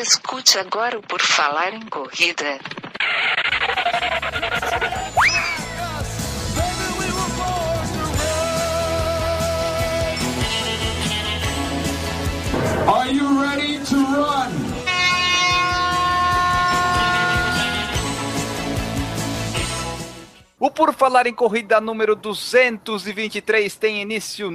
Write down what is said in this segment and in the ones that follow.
Escute agora o Por Falar em Corrida. Are you ready to run? O Por Falar em Corrida número 223 tem início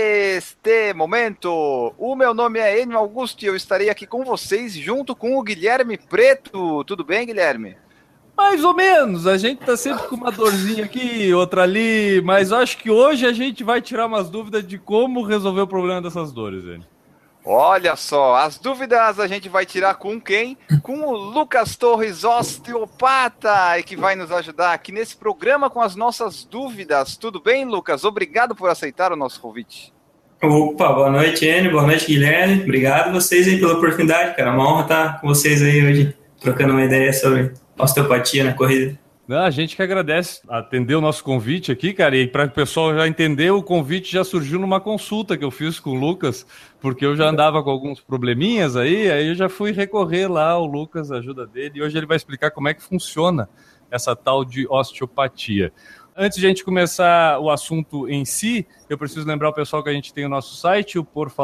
neste momento. O meu nome é Enio Augusto e eu estarei aqui com vocês junto com o Guilherme Preto. Tudo bem, Guilherme? Mais ou menos, a gente tá sempre com uma dorzinha aqui, outra ali, mas acho que hoje a gente vai tirar umas dúvidas de como resolver o problema dessas dores, Enio. Olha só, as dúvidas a gente vai tirar com quem? Com o Lucas Torres, osteopata, e que vai nos ajudar aqui nesse programa com as nossas dúvidas. Tudo bem, Lucas? Obrigado por aceitar o nosso convite. Opa, boa noite, Enio, boa noite, Guilherme. Obrigado vocês aí pela oportunidade, cara. Uma honra estar com vocês aí hoje, trocando uma ideia sobre osteopatia na corrida. Não, a gente que agradece atender o nosso convite aqui, cara, e para o pessoal já entender, o convite já surgiu numa consulta que eu fiz com o Lucas, porque eu já andava com alguns probleminhas aí eu já fui recorrer lá ao Lucas, a ajuda dele, e hoje ele vai explicar como é que funciona essa tal de osteopatia. Antes de a gente começar o assunto em si, eu preciso lembrar o pessoal que a gente tem o nosso site, o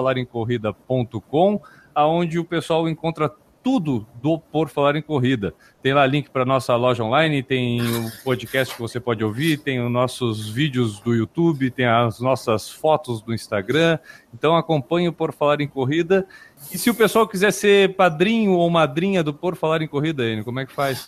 porfalarencorrida.com, onde o pessoal encontra tudo do Por Falar em Corrida. Tem lá link para nossa loja online, tem o podcast que você pode ouvir, tem os nossos vídeos do YouTube, tem as nossas fotos do Instagram. Então acompanhe o Por Falar em Corrida. E se o pessoal quiser ser padrinho ou madrinha do Por Falar em Corrida, Enio, como é que faz?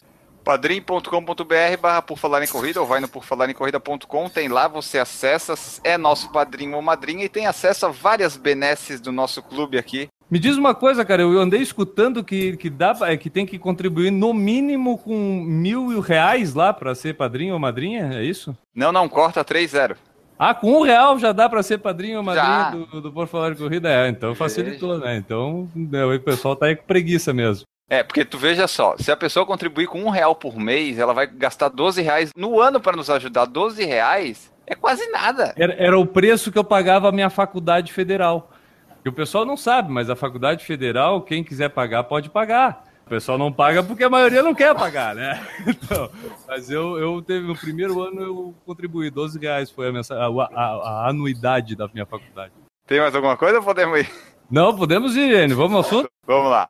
padrim.com.br/Por Falar em Corrida, ou vai no porfalarencorrida.com, tem lá, você acessa, é nosso padrinho ou madrinha e tem acesso a várias benesses do nosso clube aqui. Me diz uma coisa, cara, eu andei escutando que tem que contribuir no mínimo com R$1.000 lá para ser padrinho ou madrinha, é isso? Não, corta 3-0. Ah, com R$1 já dá para ser padrinho ou madrinha do Por Falar em Corrida? Então facilitou, né? Então o pessoal tá aí com preguiça mesmo. Porque tu veja só, se a pessoa contribuir com R$1 por mês, ela vai gastar R$12 no ano para nos ajudar. R$12 é quase nada. Era o preço que eu pagava a minha faculdade federal. E o pessoal não sabe, mas a faculdade federal, quem quiser pagar, pode pagar. O pessoal não paga porque a maioria não quer pagar, né? Então, mas eu teve no primeiro ano eu contribuí, R$12 foi a anuidade da minha faculdade. Tem mais alguma coisa ou podemos ir? Não, podemos ir, Enio. Vamos ao assunto? Vamos lá.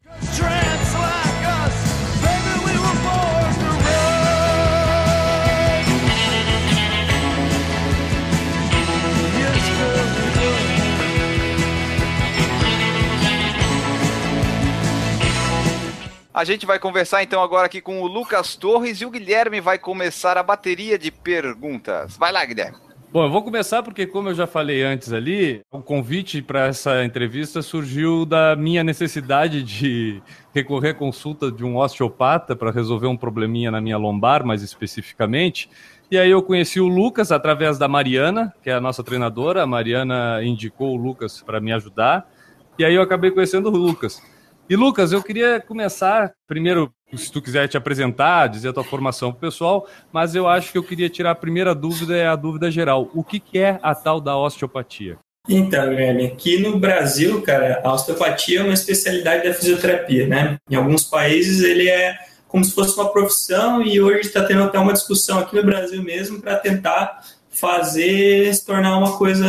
A gente vai conversar então agora aqui com o Lucas Torres e o Guilherme vai começar a bateria de perguntas. Vai lá, Guilherme. Bom, eu vou começar porque, como eu já falei antes ali, o convite para essa entrevista surgiu da minha necessidade de recorrer à consulta de um osteopata para resolver um probleminha na minha lombar, mais especificamente. E aí eu conheci o Lucas através da Mariana, que é a nossa treinadora. A Mariana indicou o Lucas para me ajudar. E aí eu acabei conhecendo o Lucas. E, Lucas, eu queria começar, primeiro, se tu quiser te apresentar, dizer a tua formação pro pessoal, mas eu acho que eu queria tirar a primeira dúvida, é a dúvida geral. O que é a tal da osteopatia? Então, Guilherme, aqui no Brasil, cara, a osteopatia é uma especialidade da fisioterapia, né? Em alguns países ele é como se fosse uma profissão e hoje está tendo até uma discussão aqui no Brasil mesmo para tentar fazer se tornar uma coisa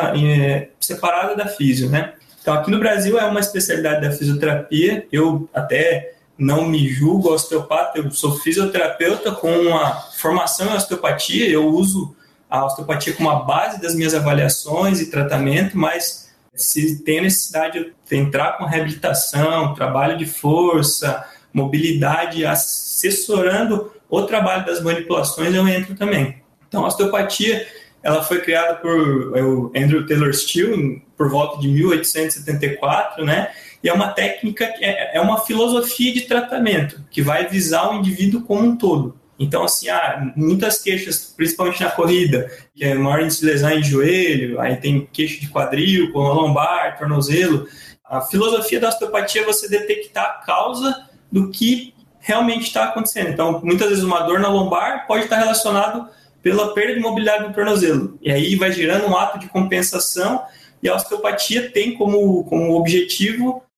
separada da fisio, né? Então, aqui no Brasil é uma especialidade da fisioterapia. Eu até não me julgo osteopata, eu sou fisioterapeuta com uma formação em osteopatia. Eu uso a osteopatia como a base das minhas avaliações e tratamento, mas se tem necessidade de entrar com reabilitação, trabalho de força, mobilidade, assessorando o trabalho das manipulações, eu entro também. Então, a osteopatia ela foi criada por Andrew Taylor Still por volta de 1874, né? E é uma técnica, é uma filosofia de tratamento que vai visar o indivíduo como um todo. Então, assim, muitas queixas, principalmente na corrida, que é maior índice de lesão em joelho, aí tem queixa de quadril, coluna lombar, tornozelo. A filosofia da osteopatia é você detectar a causa do que realmente está acontecendo. Então, muitas vezes uma dor na lombar pode estar relacionado pela perda de mobilidade do tornozelo. E aí vai gerando um ato de compensação e a osteopatia tem como objetivo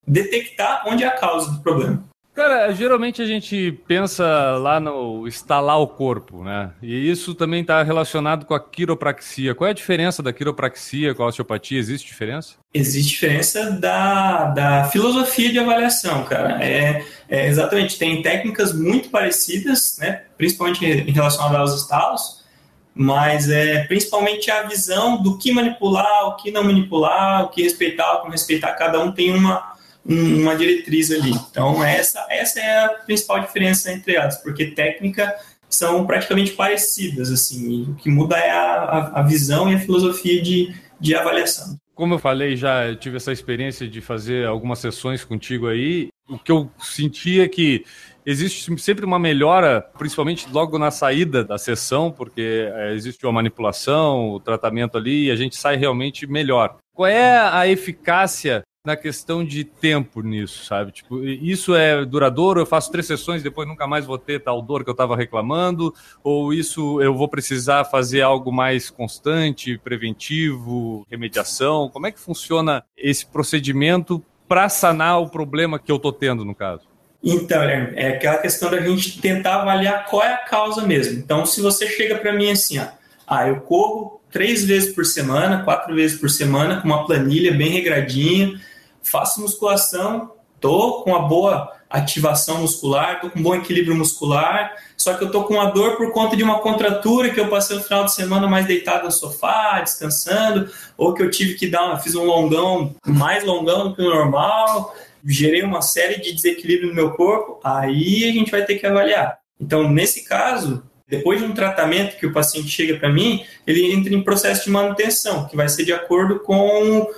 detectar onde é a causa do problema. Cara, geralmente a gente pensa lá no estalar o corpo, né? E isso também está relacionado com a quiropraxia. Qual é a diferença da quiropraxia com a osteopatia? Existe diferença? Existe diferença da filosofia de avaliação, cara. Exatamente, tem técnicas muito parecidas, né? Principalmente em relação aos estalos, mas principalmente a visão do que manipular, o que não manipular, o que respeitar, o que não respeitar. Cada um tem uma diretriz ali. Então, essa é a principal diferença entre elas, porque técnicas são praticamente parecidas, assim, o que muda é a visão e a filosofia de avaliação. Como eu falei, já tive essa experiência de fazer algumas sessões contigo aí, o que eu senti é que existe sempre uma melhora, principalmente logo na saída da sessão, porque existe uma manipulação, o tratamento ali, e a gente sai realmente melhor. Qual é a eficácia na questão de tempo nisso, sabe? Tipo, isso é duradouro, eu faço 3 sessões, depois nunca mais vou ter tal dor que eu estava reclamando, ou isso eu vou precisar fazer algo mais constante, preventivo, remediação? Como é que funciona esse procedimento para sanar o problema que eu estou tendo, no caso? Então, é aquela questão da gente tentar avaliar qual é a causa mesmo. Então, se você chega para mim assim, eu corro 3 vezes por semana, 4 vezes por semana, com uma planilha bem regradinha, faço musculação, tô com uma boa ativação muscular, tô com um bom equilíbrio muscular, só que eu tô com uma dor por conta de uma contratura que eu passei o final de semana mais deitado no sofá, descansando, ou que eu tive que fiz um longão, mais longão do que o normal, gerei uma série de desequilíbrio no meu corpo, aí a gente vai ter que avaliar. Então, nesse caso, depois de um tratamento que o paciente chega para mim, ele entra em processo de manutenção, que vai ser de acordo com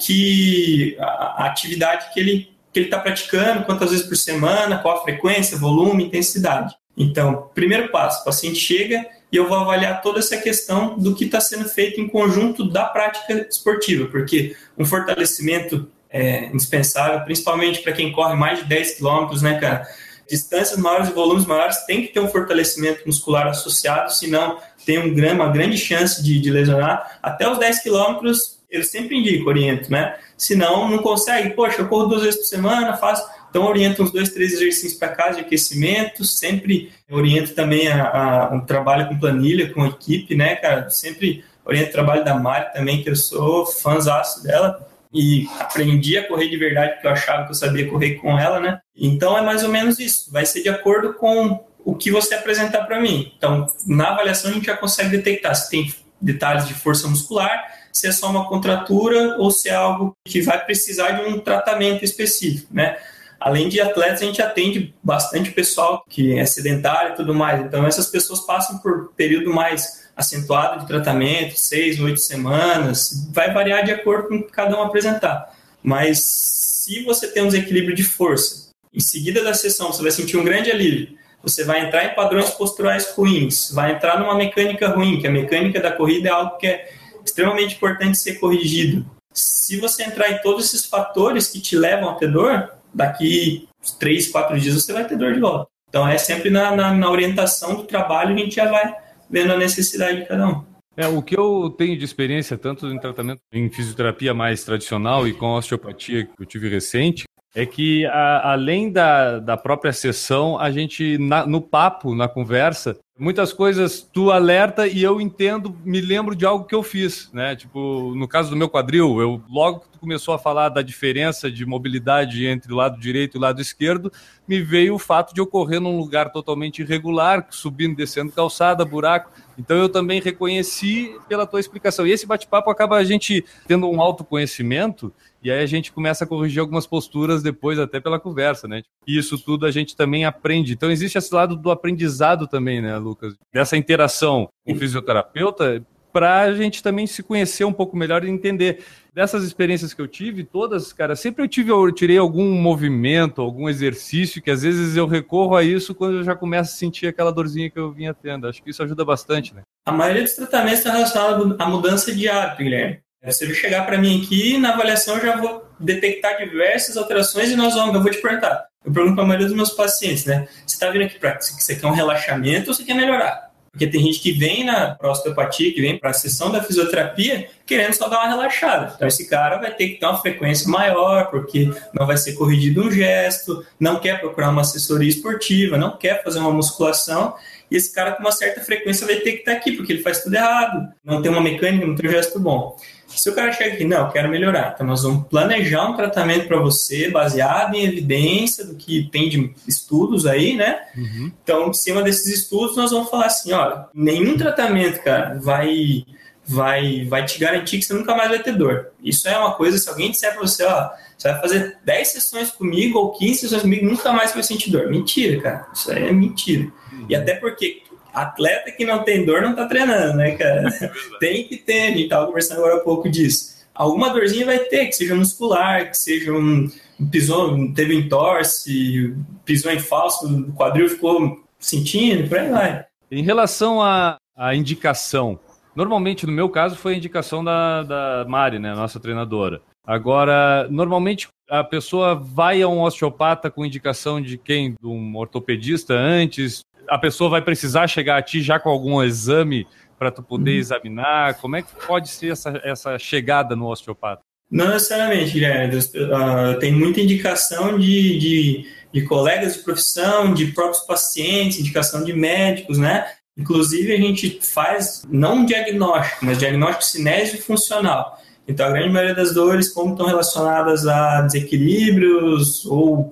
a atividade que ele está praticando, quantas vezes por semana, qual a frequência, volume, intensidade. Então, primeiro passo, o paciente chega e eu vou avaliar toda essa questão do que está sendo feito em conjunto da prática esportiva, porque um fortalecimento é indispensável, principalmente para quem corre mais de 10 quilômetros, né, cara? Distâncias maiores e volumes maiores tem que ter um fortalecimento muscular associado, senão tem uma grande chance de lesionar. Até os 10 quilômetros, eu sempre indico, oriento, né? Senão, não consegue, poxa, eu corro 2 vezes por semana, faço. Então, oriento uns 2, 3 exercícios para casa de aquecimento, sempre oriento também um trabalho com planilha, com equipe, né, cara? Sempre oriento o trabalho da Mari também, que eu sou fãzaço dela. E aprendi a correr de verdade, porque eu achava que eu sabia correr com ela, né? Então, é mais ou menos isso. Vai ser de acordo com o que você apresentar para mim. Então, na avaliação, a gente já consegue detectar se tem detalhes de força muscular, se é só uma contratura ou se é algo que vai precisar de um tratamento específico, né? Além de atletas, a gente atende bastante pessoal que é sedentário e tudo mais. Então, essas pessoas passam por período mais acentuado de tratamento, 6 ou 8 semanas, vai variar de acordo com o que cada um apresentar. Mas se você tem um desequilíbrio de força, em seguida da sessão você vai sentir um grande alívio, você vai entrar em padrões posturais ruins, vai entrar numa mecânica ruim, que a mecânica da corrida é algo que é extremamente importante ser corrigido. Se você entrar em todos esses fatores que te levam a ter dor, daqui 3, 4 dias você vai ter dor de volta. Então é sempre na orientação do trabalho a gente já vai vendo a necessidade de cada um. O que eu tenho de experiência, tanto em tratamento em fisioterapia mais tradicional e com osteopatia que eu tive recente, é que além da própria sessão, a gente, no papo, na conversa, muitas coisas tu alerta e eu entendo, me lembro de algo que eu fiz, né? Tipo, no caso do meu quadril, logo que tu começou a falar da diferença de mobilidade entre o lado direito e o lado esquerdo, me veio o fato de eu correr num lugar totalmente irregular, subindo, descendo calçada, buraco. Então eu também reconheci pela tua explicação. E esse bate-papo acaba a gente tendo um autoconhecimento e aí a gente começa a corrigir algumas posturas depois, até pela conversa, né? E isso tudo a gente também aprende. Então existe esse lado do aprendizado também, né, Lucas? Dessa interação com o fisioterapeuta, para a gente também se conhecer um pouco melhor e entender. Dessas experiências que eu tive, todas, cara, sempre eu tirei algum movimento, algum exercício, que às vezes eu recorro a isso quando eu já começo a sentir aquela dorzinha que eu vinha tendo. Acho que isso ajuda bastante, né? A maioria dos tratamentos está relacionada à mudança de hábito, Guilherme. Você vai chegar para mim aqui, na avaliação eu já vou detectar diversas alterações e eu vou te perguntar. Eu pergunto para a maioria dos meus pacientes, né? Você está vindo aqui para você quer um relaxamento ou você quer melhorar? Porque tem gente que vem pra osteopatia, que vem para a sessão da fisioterapia, querendo só dar uma relaxada. Então esse cara vai ter que ter uma frequência maior, porque não vai ser corrigido um gesto, não quer procurar uma assessoria esportiva, não quer fazer uma musculação, e esse cara com uma certa frequência vai ter que estar aqui, porque ele faz tudo errado, não tem uma mecânica, não tem um gesto bom. Se o cara chega aqui, não, eu quero melhorar, então nós vamos planejar um tratamento para você baseado em evidência do que tem de estudos aí, né? Uhum. Então, em cima desses estudos, nós vamos falar assim, olha, nenhum tratamento, cara, vai te garantir que você nunca mais vai ter dor. Isso é uma coisa, se alguém disser para você, ó, você vai fazer 10 sessões comigo ou 15 sessões comigo, nunca mais vai sentir dor. Mentira, cara, isso aí é mentira. Uhum. E até porque atleta que não tem dor não tá treinando, né, cara? Tem que ter, a gente tava conversando agora há pouco disso. Alguma dorzinha vai ter, que seja muscular, que seja pisou, teve entorse, pisou em falso, o quadril ficou sentindo, por aí vai. Em relação à indicação, normalmente no meu caso foi a indicação da Mari, né, nossa treinadora. Agora, normalmente a pessoa vai a um osteopata com indicação de quem? De um ortopedista antes? A pessoa vai precisar chegar a ti já com algum exame para tu poder examinar? Como é que pode ser essa chegada no osteopata? Não necessariamente, Guilherme. Tem muita indicação de colegas de profissão, de próprios pacientes, indicação de médicos, né? Inclusive, a gente faz, não um diagnóstico, mas diagnóstico cinésio funcional. Então, a grande maioria das dores, como estão relacionadas a desequilíbrios ou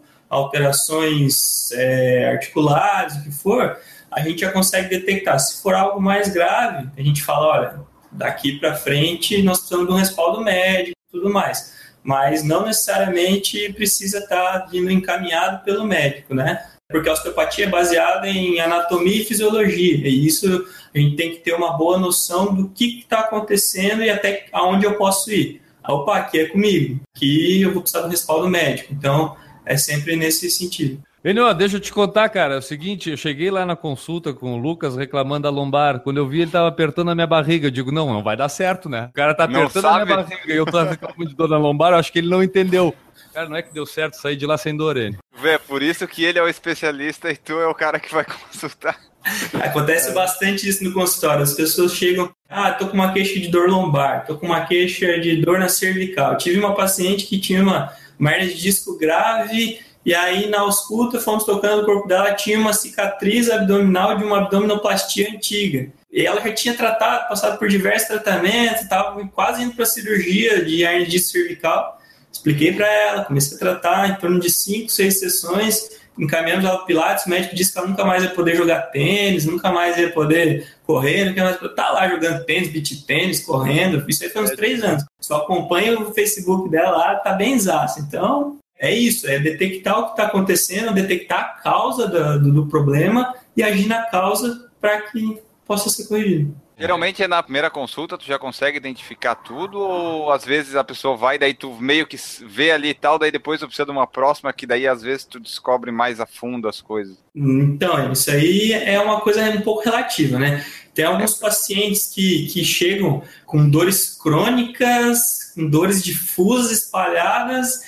alterações articulares, o que for, a gente já consegue detectar. Se for algo mais grave, a gente fala, olha, daqui para frente nós precisamos de um respaldo médico e tudo mais. Mas não necessariamente precisa estar vindo encaminhado pelo médico, né? Porque a osteopatia é baseada em anatomia e fisiologia, e isso a gente tem que ter uma boa noção do que está acontecendo e até aonde eu posso ir. Opa, aqui é comigo, aqui eu vou precisar do respaldo médico. Então, é sempre nesse sentido. Enio, deixa eu te contar, cara, é o seguinte, eu cheguei lá na consulta com o Lucas reclamando da lombar, quando eu vi ele tava apertando a minha barriga, eu digo, não vai dar certo, né? O cara tá apertando a minha barriga e eu tô reclamando de dor na lombar, eu acho que ele não entendeu. Cara, não é que deu certo sair de lá sem dor, ele. Vê, por isso que ele é o especialista e tu é o cara que vai consultar. Acontece bastante isso no consultório, as pessoas chegam, tô com uma queixa de dor lombar, tô com uma queixa de dor na cervical. Tive uma paciente que tinha uma hernia de disco grave, e aí na ausculta fomos tocando o corpo dela, tinha uma cicatriz abdominal de uma abdominoplastia antiga. E ela já tinha passado por diversos tratamentos, estava quase indo para a cirurgia de hernia de disco cervical. Expliquei para ela, comecei a tratar em torno de 5, 6 sessões, encaminhamos ela para o Pilates, o médico disse que ela nunca mais ia poder jogar tênis, nunca mais ia poder correr, nunca mais ia poder estar lá jogando tênis, beach tênis, correndo, isso aí foi uns 3 anos. Só acompanha o Facebook dela lá, tá bem zaço. Então, é isso, é detectar o que está acontecendo, detectar a causa do problema e agir na causa para que possa ser corrigido. Geralmente é na primeira consulta, tu já consegue identificar tudo, ou às vezes a pessoa vai, daí tu meio que vê ali e tal, daí depois tu precisa de uma próxima, que daí às vezes tu descobre mais a fundo as coisas. Então, isso aí é uma coisa um pouco relativa, né? Tem alguns pacientes que chegam com dores crônicas, com dores difusas, espalhadas,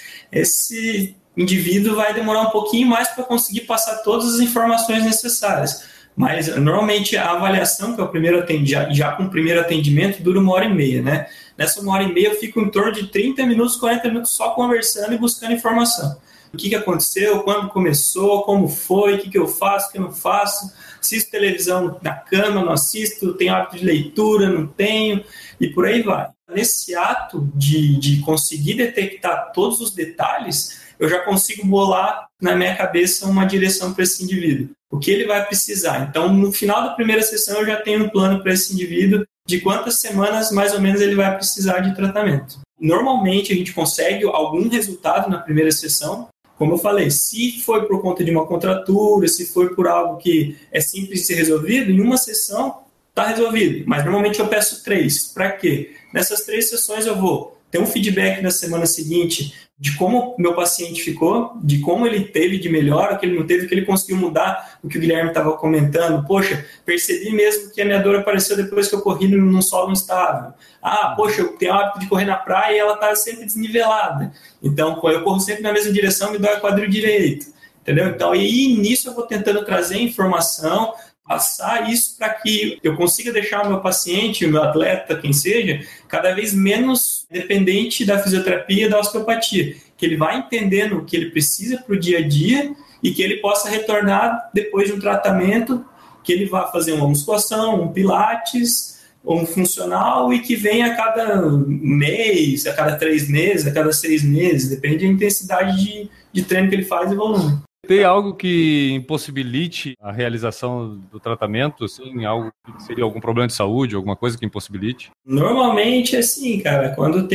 esse indivíduo vai demorar um pouquinho mais para conseguir passar todas as informações necessárias. Mas, normalmente, a avaliação, que é o primeiro já com o primeiro atendimento, dura 1h30, né? Nessa 1h30, eu fico em torno de 30 minutos, 40 minutos só conversando e buscando informação. O que aconteceu, quando começou, como foi, o que eu faço, o que eu não faço, assisto televisão na cama, não assisto, tenho hábito de leitura, não tenho, e por aí vai. Nesse ato de conseguir detectar todos os detalhes, eu já consigo bolar na minha cabeça uma direção para esse indivíduo. O que ele vai precisar. Então, no final da primeira sessão, eu já tenho um plano para esse indivíduo de quantas semanas, mais ou menos, ele vai precisar de tratamento. Normalmente, a gente consegue algum resultado na primeira sessão. Como eu falei, se foi por conta de uma contratura, se foi por algo que é simples de ser resolvido, em uma sessão está resolvido. Mas, normalmente, eu peço 3. Para quê? Nessas 3 sessões, eu vou ter um feedback na semana seguinte de como meu paciente ficou, de como ele teve de melhora, o que ele não teve, o que ele conseguiu mudar, o que o Guilherme estava comentando. Poxa, percebi mesmo que a minha dor apareceu depois que eu corri num solo instável. Poxa, eu tenho o hábito de correr na praia e ela está sempre desnivelada. Então, eu corro sempre na mesma direção, me dói o quadril direito. Entendeu? Então, e nisso eu vou tentando trazer informação, passar isso para que eu consiga deixar o meu paciente, o meu atleta, quem seja, cada vez menos dependente da fisioterapia e da osteopatia, que ele vai entendendo o que ele precisa para o dia a dia e que ele possa retornar depois de um tratamento, que ele vá fazer uma musculação, um pilates, ou um funcional, e que venha a cada mês, a cada 3 meses, a cada 6 meses, depende da intensidade de treino que ele faz e volume. Tem algo que impossibilite a realização do tratamento, assim, algo que seria algum problema de saúde, alguma coisa que impossibilite? Normalmente é assim, cara, quando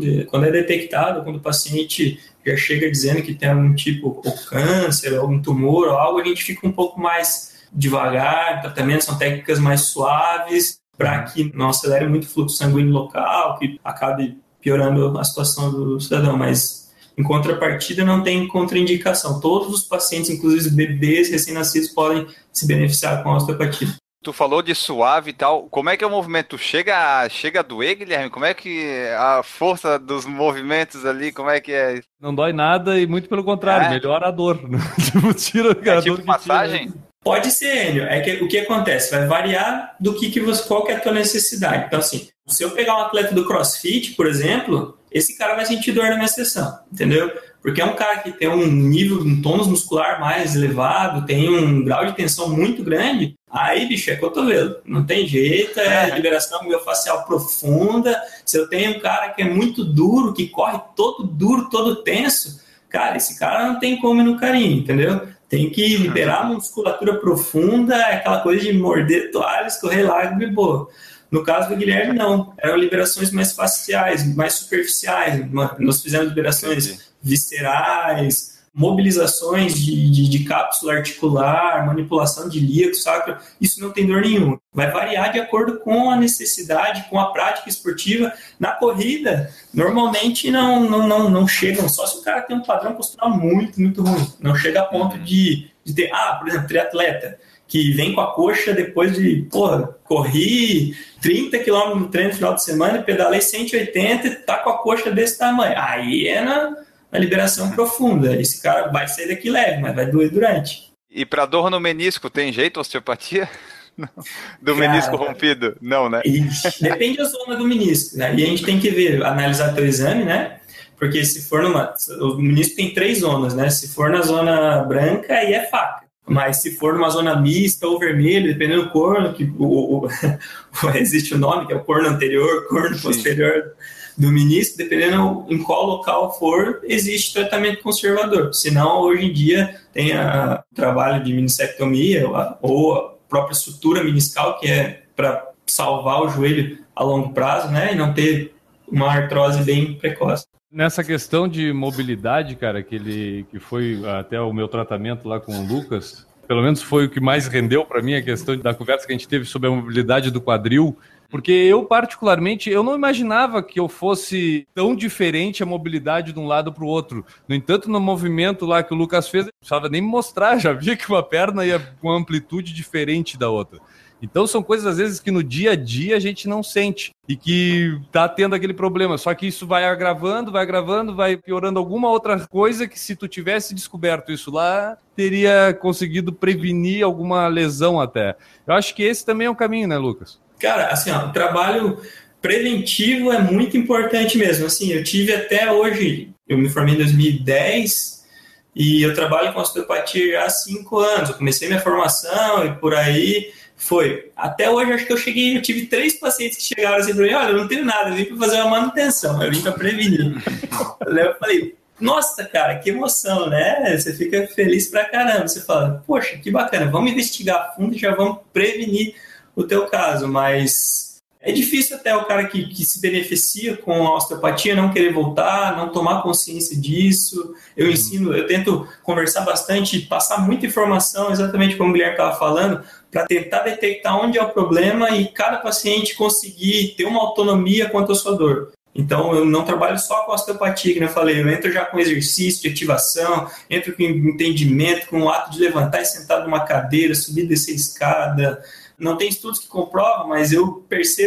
é detectado, quando o paciente já chega dizendo que tem algum tipo, ou câncer, algum tumor, ou algo, a gente fica um pouco mais devagar, tratamentos são técnicas mais suaves, para que não acelere muito o fluxo sanguíneo local, que acabe piorando a situação do cidadão, mas em contrapartida, não tem contraindicação. Todos os pacientes, inclusive bebês recém-nascidos, podem se beneficiar com a osteopatia. Tu falou de suave e tal. Como é que é o movimento? Chega a doer, Guilherme? Como é que a força dos movimentos ali, como é que é? Não dói nada e muito pelo contrário, melhora a dor. Tipo, tira a dor tipo massagem? Pode ser, Enio. É que o que acontece? Vai variar do qual que é a tua necessidade. Então, assim, se eu pegar um atleta do CrossFit, por exemplo, esse cara vai sentir dor na minha sessão, entendeu? Porque é um cara que tem um nível, um tônus muscular mais elevado, tem um grau de tensão muito grande, aí, bicho, é cotovelo. Não tem jeito, é liberação miofascial profunda. Se eu tenho um cara que é muito duro, que corre todo duro, todo tenso, cara, esse cara não tem como ir no carinho, entendeu? Tem que liberar uma musculatura profunda, aquela coisa de morder toalha, escorrer lágrima e boa. No caso do Guilherme, não. Eram liberações mais faciais, mais superficiais. Nós fizemos liberações viscerais, mobilizações de cápsula articular, manipulação de ilíaco, sacro. Isso não tem dor nenhuma. Vai variar de acordo com a necessidade, com a prática esportiva. Na corrida, normalmente não chegam, só se o cara tem um padrão postural muito, muito ruim. Não chega a ponto de ter, por exemplo, triatleta, que vem com a coxa depois de, corri 30 km no treino no final de semana, pedalei 180 e tá com a coxa desse tamanho. Aí é na liberação profunda. Esse cara vai sair daqui leve, mas vai doer durante. E para dor no menisco, tem jeito osteopatia? Do menisco rompido? Não, né? Depende da zona do menisco, né? E a gente tem que ver, analisar teu exame, né? Porque se for o menisco tem 3 zonas, né? Se for na zona branca, aí é faca. Mas se for numa zona mista ou vermelho, dependendo do corno, que existe o nome, que é o corno anterior, corno posterior do menisco, dependendo em qual local for, existe tratamento conservador. Senão, hoje em dia, tem o trabalho de meniscectomia ou a própria sutura meniscal, que é para salvar o joelho a longo prazo, né? E não ter uma artrose bem precoce. Nessa questão de mobilidade, cara, que foi até o meu tratamento lá com o Lucas, pelo menos foi o que mais rendeu para mim, a questão da conversa que a gente teve sobre a mobilidade do quadril, porque eu, particularmente, eu não imaginava que eu fosse tão diferente a mobilidade de um lado para o outro. No entanto, no movimento lá que o Lucas fez, não precisava nem mostrar, já via que uma perna ia com uma amplitude diferente da outra. Então são coisas, às vezes, que no dia a dia a gente não sente e que tá tendo aquele problema. Só que isso vai agravando, vai piorando alguma outra coisa que, se tu tivesse descoberto isso lá, teria conseguido prevenir alguma lesão até. Eu acho que esse também é um caminho, né, Lucas? Cara, assim, o trabalho preventivo é muito importante mesmo. Assim, eu tive até hoje, eu me formei em 2010 e eu trabalho com osteopatia já há 5 anos. Eu comecei minha formação e por aí foi. Até hoje, acho que eu tive 3 pacientes que chegaram assim para mim: olha, eu não tenho nada, eu vim para fazer uma manutenção, eu vim para prevenir. Eu falei, nossa, cara, que emoção, né? Você fica feliz pra caramba. Você fala, poxa, que bacana, vamos investigar a fundo e já vamos prevenir o teu caso. Mas é difícil até o cara que se beneficia com a osteopatia não querer voltar, não tomar consciência disso. Eu tento conversar bastante, passar muita informação, exatamente como o Guilherme estava falando, para tentar detectar onde é o problema e cada paciente conseguir ter uma autonomia quanto à sua dor. Então, eu não trabalho só com osteopatia, que eu falei, eu entro já com exercício de ativação, entro com entendimento, com o ato de levantar e sentar numa cadeira, subir e descer escada. Não tem estudos que comprovam, mas eu percebo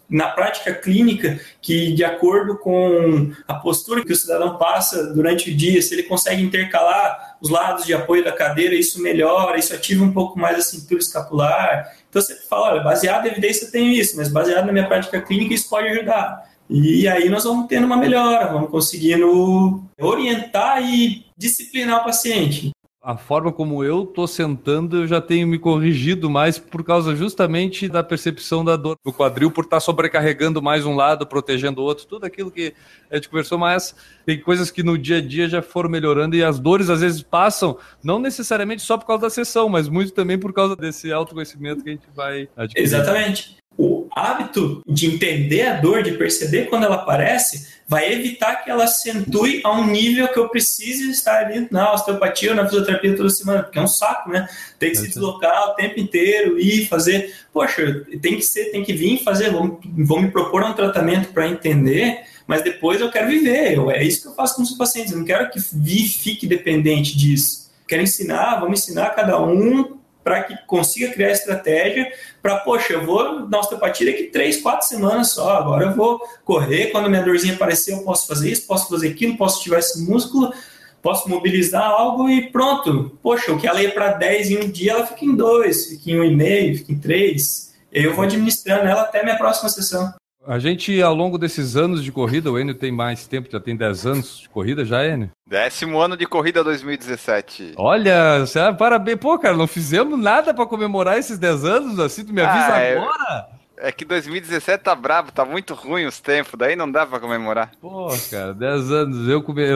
na prática clínica, que de acordo com a postura que o cidadão passa durante o dia, se ele consegue intercalar os lados de apoio da cadeira, isso melhora, isso ativa um pouco mais a cintura escapular. Então você fala, olha, baseado em evidência eu tenho isso, mas baseado na minha prática clínica isso pode ajudar. E aí nós vamos tendo uma melhora, vamos conseguindo orientar e disciplinar o paciente. A forma como eu tô sentando, eu já tenho me corrigido mais por causa justamente da percepção da dor do quadril, por estar sobrecarregando mais um lado, protegendo o outro, tudo aquilo que a gente conversou, mas tem coisas que no dia a dia já foram melhorando e as dores às vezes passam, não necessariamente só por causa da sessão, mas muito também por causa desse autoconhecimento que a gente vai adquirir. Exatamente. O hábito de entender a dor, de perceber quando ela aparece, vai evitar que ela acentue a um nível que eu precise estar ali na osteopatia ou na fisioterapia toda semana, porque é um saco, né? Tem que se deslocar o tempo inteiro e fazer. Poxa, tem que vir fazer, vou me propor um tratamento para entender, mas depois eu quero viver. É isso que eu faço com os pacientes, eu não quero que fique dependente disso. Quero ensinar, vamos ensinar cada um para que consiga criar estratégia para, poxa, eu vou na osteopatia daqui 3, 4 semanas só, agora eu vou correr, quando minha dorzinha aparecer eu posso fazer isso, posso fazer aquilo, posso ativar esse músculo, posso mobilizar algo e pronto. Poxa, o que ela ia para 10 em um dia, ela fica em 2, fica em 1,5, fica em 3, e aí eu vou administrando ela até a minha próxima sessão. A gente, ao longo desses anos de corrida, o Enio tem mais tempo, já tem 10 anos de corrida já, Enio? 10º ano de corrida 2017. Olha, parabéns. Pô, cara, não fizemos nada pra comemorar esses 10 anos, assim, tu me avisa agora? É que 2017 tá brabo, tá muito ruim os tempos, daí não dá pra comemorar. Pô, cara, 10 anos,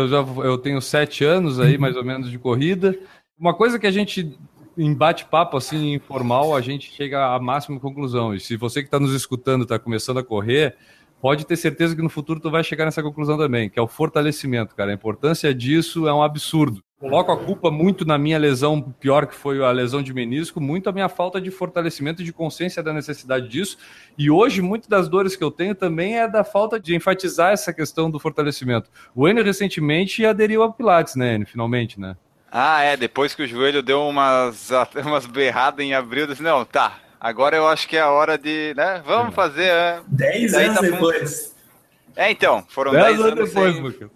eu tenho 7 anos aí, mais ou menos, de corrida. Uma coisa que a gente... Em bate-papo, assim, informal, a gente chega à máxima conclusão. E se você que está nos escutando está começando a correr, pode ter certeza que no futuro tu vai chegar nessa conclusão também, que é o fortalecimento, cara. A importância disso é um absurdo. Coloco a culpa muito na minha lesão, pior que foi a lesão de menisco, muito a minha falta de fortalecimento e de consciência da necessidade disso. E hoje, muitas das dores que eu tenho também é da falta de enfatizar essa questão do fortalecimento. O Enio recentemente aderiu ao Pilates, né, Enio? Finalmente, né? Depois que o joelho deu umas berradas em abril, eu disse, não, tá, agora eu acho que é a hora de, né, vamos fazer... 10 anos depois. Então, foram 10 anos depois, Lucas.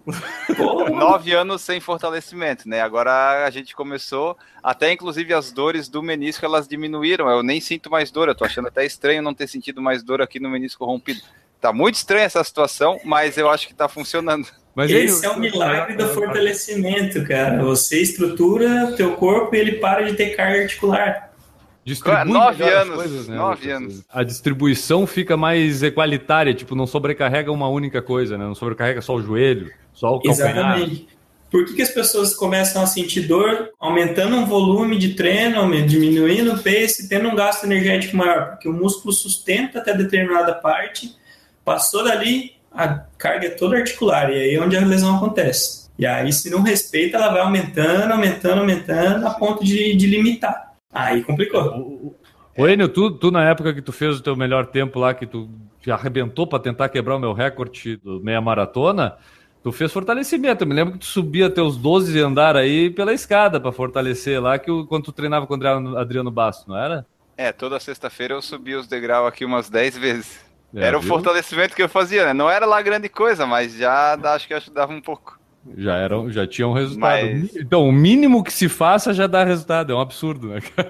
9 anos sem fortalecimento, né, agora a gente começou, até inclusive as dores do menisco, elas diminuíram, eu nem sinto mais dor, eu tô achando até estranho não ter sentido mais dor aqui no menisco rompido. Tá muito estranha essa situação, mas eu acho que tá funcionando. Mas esse é o milagre do fortalecimento, cara. Você estrutura o teu corpo e ele para de ter carga articular. Distribui 9 anos, coisas, né, 9 anos. A distribuição fica mais equalitária, tipo, não sobrecarrega uma única coisa, né? Não sobrecarrega só o joelho, só o calcanhar. Exatamente. Por que as pessoas começam a sentir dor aumentando um volume de treino, diminuindo o pace, tendo um gasto energético maior? Porque o músculo sustenta até determinada parte, passou dali, a carga é toda articular, e aí é onde a lesão acontece. E aí, se não respeita, ela vai aumentando, a ponto de limitar. Aí complicou. Ô, Enio, tu na época que tu fez o teu melhor tempo lá, que tu arrebentou para tentar quebrar o meu recorde do meia maratona, tu fez fortalecimento. Eu me lembro que tu subia até os 12 andar aí pela escada para fortalecer lá, quando tu treinava com o Adriano Basto, não era? Toda sexta-feira eu subia os degraus aqui umas 10 vezes. Era o fortalecimento que eu fazia, né? Não era lá grande coisa, mas já acho que ajudava um pouco. Já tinha um resultado. Então, o mínimo que se faça já dá resultado. É um absurdo, né, cara?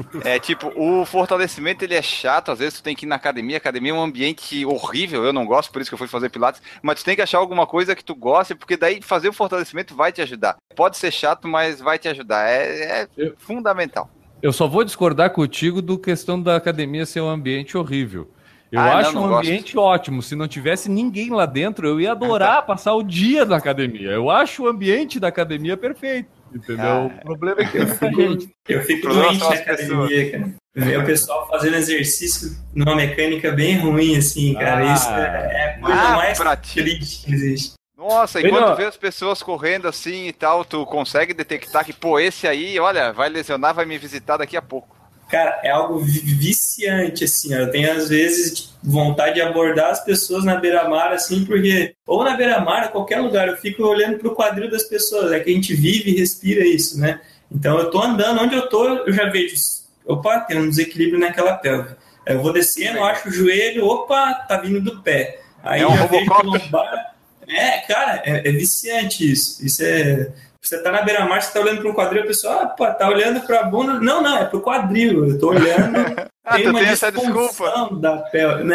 O fortalecimento, ele é chato. Às vezes tu tem que ir na academia. A academia é um ambiente horrível. Eu não gosto, por isso que eu fui fazer Pilates. Mas tu tem que achar alguma coisa que tu goste, porque daí fazer o fortalecimento vai te ajudar. Pode ser chato, mas vai te ajudar. É fundamental. Eu só vou discordar contigo do questão da academia ser um ambiente horrível. Eu acho um ambiente ótimo. Se não tivesse ninguém lá dentro, eu ia adorar passar o dia na academia. Eu acho o ambiente da academia perfeito, entendeu? O problema é que tem muita gente. Eu fico doente na academia, cara. Ver o pessoal fazendo exercício numa mecânica bem ruim, assim, cara. Isso é a coisa mais triste que existe. Nossa, e quando tu vê as pessoas correndo assim e tal, tu consegue detectar que, esse aí, olha, vai lesionar, vai me visitar daqui a pouco. Cara, é algo viciante, assim, ó. Eu tenho, às vezes, vontade de abordar as pessoas na beira-mar, assim, porque... Ou na beira-mar, em qualquer lugar, eu fico olhando pro quadril das pessoas. É que a gente vive e respira isso, né? Então, eu tô andando, onde eu tô, eu já vejo... Opa, tem um desequilíbrio naquela pelve. Eu vou descendo, acho o joelho, opa, tá vindo do pé. Aí É um já vejo Robocop. lombar. Cara, é viciante isso. Isso é... Você tá na beira-mar, você tá olhando para um quadril, a pessoa, pô, tá olhando para a bunda. Não, é pro quadril. Eu tô olhando. Tu tem essa desculpa. Da pele.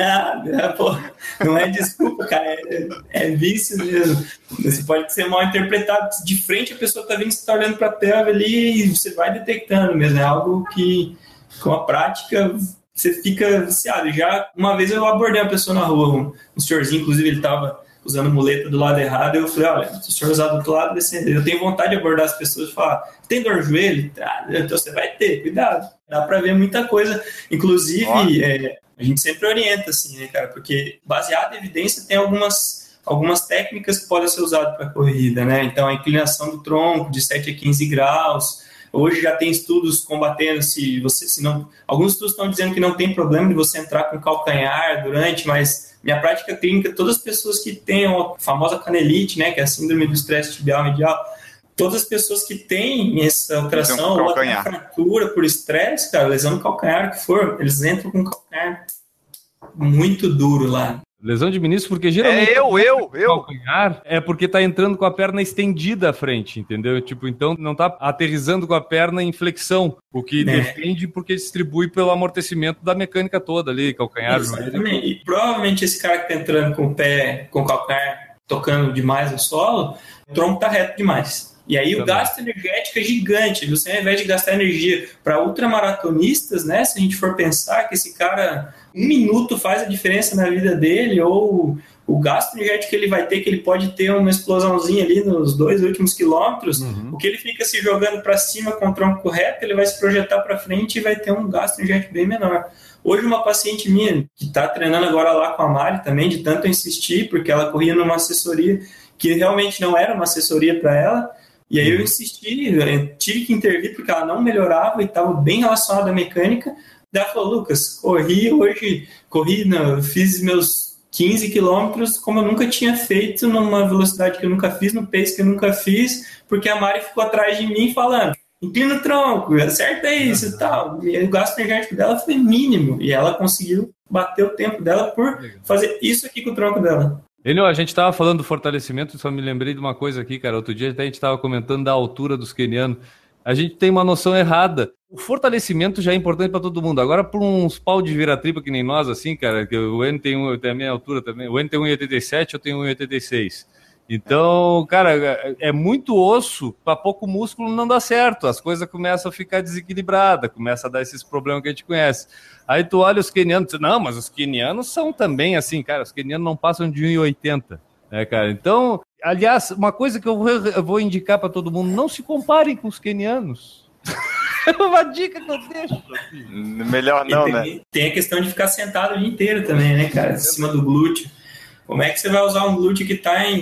Não é desculpa, cara. É vício mesmo. Você pode ser mal interpretado. De frente a pessoa tá vendo que você tá olhando para a pelve ali e você vai detectando mesmo. É algo que, com a prática, você fica viciado. Já uma vez eu abordei uma pessoa na rua, um senhorzinho, inclusive ele tava usando muleta do lado errado, eu falei, olha, se o senhor usar do outro lado, eu tenho vontade de abordar as pessoas e falar, tem dor no joelho? Então você vai ter, cuidado. Dá para ver muita coisa. Inclusive, a gente sempre orienta, assim, né, cara? Porque baseado em evidência tem algumas técnicas que podem ser usadas para corrida, né? Então, a inclinação do tronco de 7 a 15 graus. Hoje já tem estudos combatendo alguns estudos estão dizendo que não tem problema de você entrar com calcanhar durante, mas minha prática clínica, todas as pessoas que têm a famosa canelite, né, que é a síndrome do estresse tibial medial, todas as pessoas que têm essa alteração ou até fratura por estresse, cara, lesão no calcanhar, que for, eles entram com o calcanhar muito duro lá. Lesão de menisco, porque geralmente calcanhar é porque tá entrando com a perna estendida à frente, entendeu? Tipo, então não tá aterrissando com a perna em flexão, o que depende porque distribui pelo amortecimento da mecânica toda ali, calcanhar. Exatamente. E provavelmente esse cara que tá entrando com o pé, com o calcanhar, tocando demais no solo, o tronco tá reto demais. E aí o gasto energético é gigante. Você, ao invés de gastar energia para ultramaratonistas, né? Se a gente for pensar que esse cara, 1 minuto faz a diferença na vida dele, ou o gasto energético que ele vai ter, que ele pode ter uma explosãozinha ali nos 2 últimos quilômetros, o que ele fica se jogando para cima com o tronco reto, ele vai se projetar para frente e vai ter um gasto energético bem menor. Hoje uma paciente minha, que está treinando agora lá com a Mari também, de tanto insistir, porque ela corria numa assessoria que realmente não era uma assessoria para ela, e aí eu insisti, eu tive que intervir porque ela não melhorava e estava bem relacionada à mecânica. Daí ela falou, Lucas, fiz meus 15 quilômetros como eu nunca tinha feito, numa velocidade que eu nunca fiz, no pace que eu nunca fiz, porque a Mari ficou atrás de mim falando, inclina o tronco, acerta isso e tal. E o gasto energético dela foi mínimo, e ela conseguiu bater o tempo dela por fazer isso aqui com o tronco dela. Enio, a gente estava falando do fortalecimento, só me lembrei de uma coisa aqui, cara. Outro dia até a gente estava comentando da altura dos quenianos. A gente tem uma noção errada. O fortalecimento já é importante para todo mundo. Agora, por uns pau de vira-tripa que nem nós, assim, cara, que o Enio tem a minha altura também. O Enio tem 1,87, eu tenho 1,86. Então, cara, é muito osso, para pouco músculo não dá certo. As coisas começam a ficar desequilibradas, começa a dar esses problemas que a gente conhece. Aí tu olha os quenianos, não, mas os quenianos são também assim, cara, os quenianos não passam de 1,80, né, cara? Então, aliás, uma coisa que eu vou indicar para todo mundo, não se comparem com os quenianos. É uma dica que eu deixo. Assim. Melhor não, né? Tem a questão de ficar sentado o dia inteiro também, né, cara? Em cima do glúteo. Como é que você vai usar um glúteo que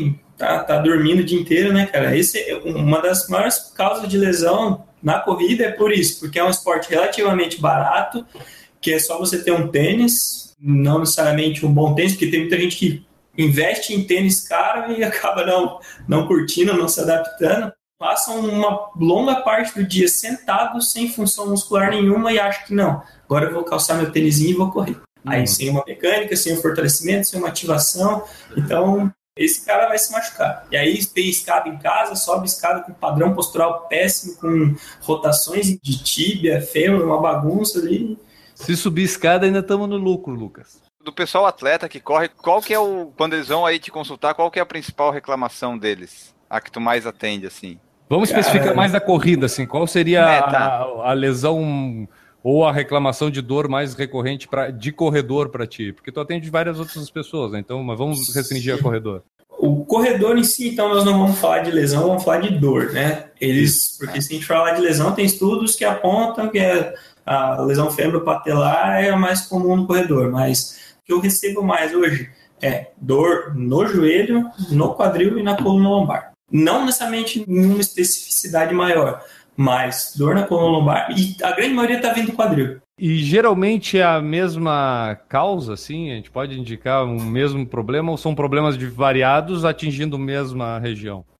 tá dormindo o dia inteiro, né, cara? Esse é uma das maiores causas de lesão na corrida, é por isso, porque é um esporte relativamente barato, que é só você ter um tênis, não necessariamente um bom tênis, porque tem muita gente que investe em tênis caro e acaba não curtindo, não se adaptando. Passam uma longa parte do dia sentados, sem função muscular nenhuma, e acham que não, agora eu vou calçar meu tênisinho e vou correr. Aí sem uma mecânica, sem um fortalecimento, sem uma ativação, então esse cara vai se machucar. E aí tem escada em casa, sobe escada com padrão postural péssimo, com rotações de tíbia, fêmur, uma bagunça ali. Se subir escada, ainda estamos no lucro, Lucas. Do pessoal atleta que corre, qual que é quando eles vão aí te consultar, qual que é a principal reclamação deles? A que tu mais atende, assim? Vamos especificar mais da corrida, assim, qual seria a lesão ou a reclamação de dor mais recorrente de corredor para ti? Porque tu atende várias outras pessoas, né? Então, mas vamos restringir a corredor. O corredor em si, então, nós não vamos falar de lesão, vamos falar de dor, né? Porque se a gente falar de lesão, tem estudos que apontam que a lesão fêmuro-patelar é a mais comum no corredor, mas o que eu recebo mais hoje é dor no joelho, no quadril e na coluna lombar. Não necessariamente em uma especificidade maior, mas dor na coluna lombar, e a grande maioria está vindo do quadril. E geralmente é a mesma causa, assim? A gente pode indicar um mesmo problema ou são problemas variados atingindo a mesma região?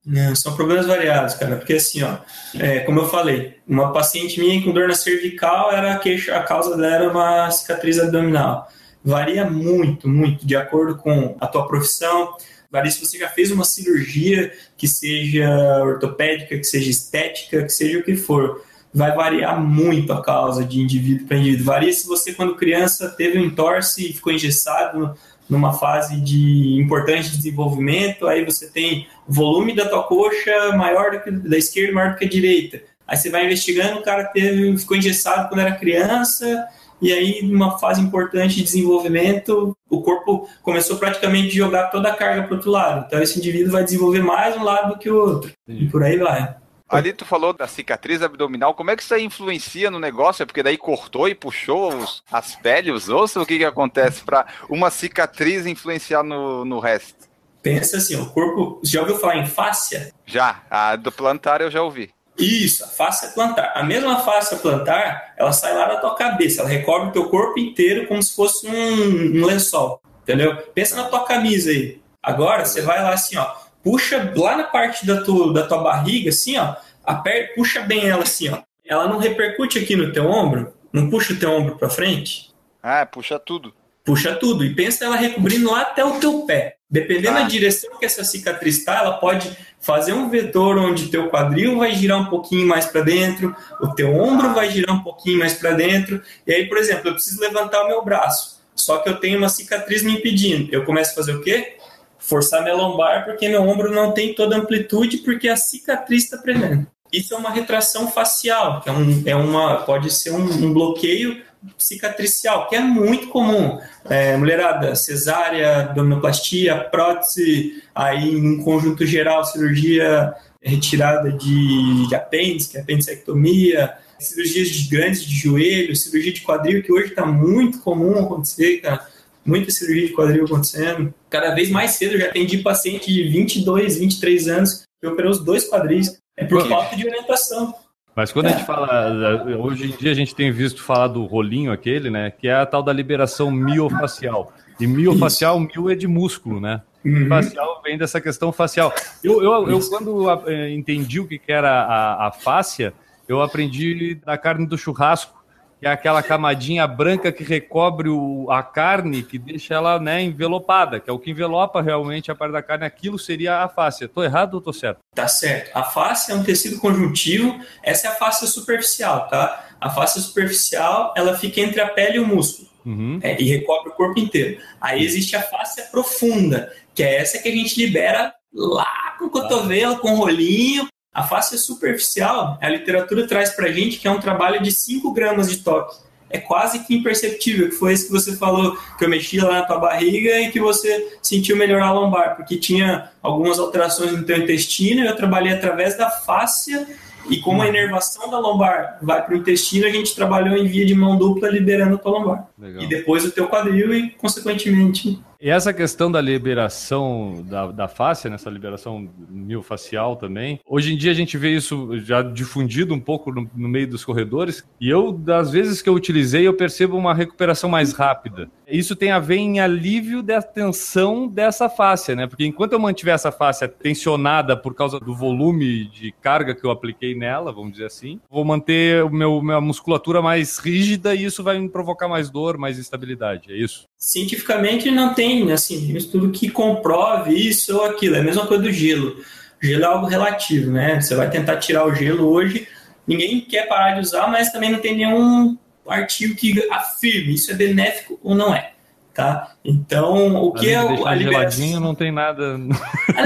Não, são problemas variados, cara, porque assim, ó, como eu falei, uma paciente minha com dor na cervical, a causa dela era uma cicatriz abdominal. Varia muito, muito, de acordo com a tua profissão, varia se você já fez uma cirurgia que seja ortopédica, que seja estética, que seja o que for. Vai variar muito a causa de indivíduo para indivíduo. Varia se você, quando criança, teve um entorse e ficou engessado numa fase importante de desenvolvimento, aí você tem o volume da tua coxa maior do que da esquerda, maior do que a direita. Aí você vai investigando, o cara ficou engessado quando era criança, e aí numa fase importante de desenvolvimento, o corpo começou praticamente a jogar toda a carga para o outro lado. Então esse indivíduo vai desenvolver mais um lado do que o outro. Sim. E por aí vai. Ali tu falou da cicatriz abdominal, como é que isso aí influencia no negócio? É porque daí cortou e puxou as peles, os ossos? O que acontece para uma cicatriz influenciar no resto? Pensa assim, o corpo... Já ouviu falar em fáscia? Já, a do plantar eu já ouvi. Isso, a fáscia plantar. A mesma fáscia plantar, ela sai lá da tua cabeça, ela recobre o teu corpo inteiro como se fosse um lençol, entendeu? Pensa na tua camisa aí. Agora, você vai lá assim, ó, puxa lá na parte da tua barriga, assim, ó, puxa bem ela assim, ó. Ela não repercute aqui no teu ombro? Não puxa o teu ombro pra frente? Ah, puxa tudo. Puxa tudo. E pensa ela recobrindo lá até o teu pé. Dependendo da direção que essa cicatriz está, ela pode fazer um vetor onde teu quadril vai girar um pouquinho mais para dentro, o teu ombro vai girar um pouquinho mais para dentro. E aí, por exemplo, eu preciso levantar o meu braço, só que eu tenho uma cicatriz me impedindo. Eu começo a fazer o quê? Forçar minha lombar, porque meu ombro não tem toda a amplitude, porque a cicatriz está prendendo. Isso é uma retração facial, que pode ser um bloqueio cicatricial, que é muito comum. Mulherada, cesárea, abdominoplastia, prótese, aí em conjunto geral, cirurgia retirada de apêndice, que é apendicectomia, cirurgias grandes de joelho, cirurgia de quadril, que hoje está muito comum acontecer, cara. Muita cirurgia de quadril acontecendo. Cada vez mais cedo, eu já atendi paciente de 22, 23 anos que operou os 2 quadris. É por falta de orientação. Mas quando a gente fala, hoje em dia a gente tem visto falar do rolinho aquele, né, que é a tal da liberação miofacial. E miofacial, mio é de músculo, né? Uhum. Facial vem dessa questão facial. Eu quando entendi o que era a fáscia, eu aprendi da carne do churrasco, que é aquela camadinha branca que recobre a carne, que deixa ela, né, envelopada, que é o que envelopa realmente a parte da carne. Aquilo seria a fáscia. Estou errado ou estou certo? Tá certo. A fáscia é um tecido conjuntivo. Essa é a fáscia superficial, tá? A fáscia superficial, ela fica entre a pele e o músculo. Uhum. E recobre o corpo inteiro. Aí existe a fáscia profunda, que é essa que a gente libera lá com o cotovelo, com o rolinho. A fáscia superficial, a literatura traz pra gente que é um trabalho de 5 gramas de toque. É quase que imperceptível, que foi isso que você falou, que eu mexi lá na tua barriga e que você sentiu melhorar a lombar, porque tinha algumas alterações no teu intestino e eu trabalhei através da fáscia e como a inervação da lombar vai para o intestino, a gente trabalhou em via de mão dupla liberando a tua lombar. Legal. E depois o teu quadril e, consequentemente... E essa questão da liberação da fáscia, nessa liberação miofacial também, hoje em dia a gente vê isso já difundido um pouco no meio dos corredores, e das vezes que eu utilizei, eu percebo uma recuperação mais rápida. Isso tem a ver em alívio da tensão dessa fáscia, né? Porque enquanto eu mantiver essa fáscia tensionada por causa do volume de carga que eu apliquei nela, vamos dizer assim, vou manter minha musculatura mais rígida e isso vai me provocar mais dor, mais instabilidade, é isso? Cientificamente não tem, assim, um estudo que comprove isso ou aquilo. É a mesma coisa do gelo. O gelo é algo relativo, né? Você vai tentar tirar o gelo hoje, ninguém quer parar de usar, mas também não tem nenhum artigo que afirme isso é benéfico ou não é, tá? Então, o que é a liberação? Geladinho não tem nada... Não,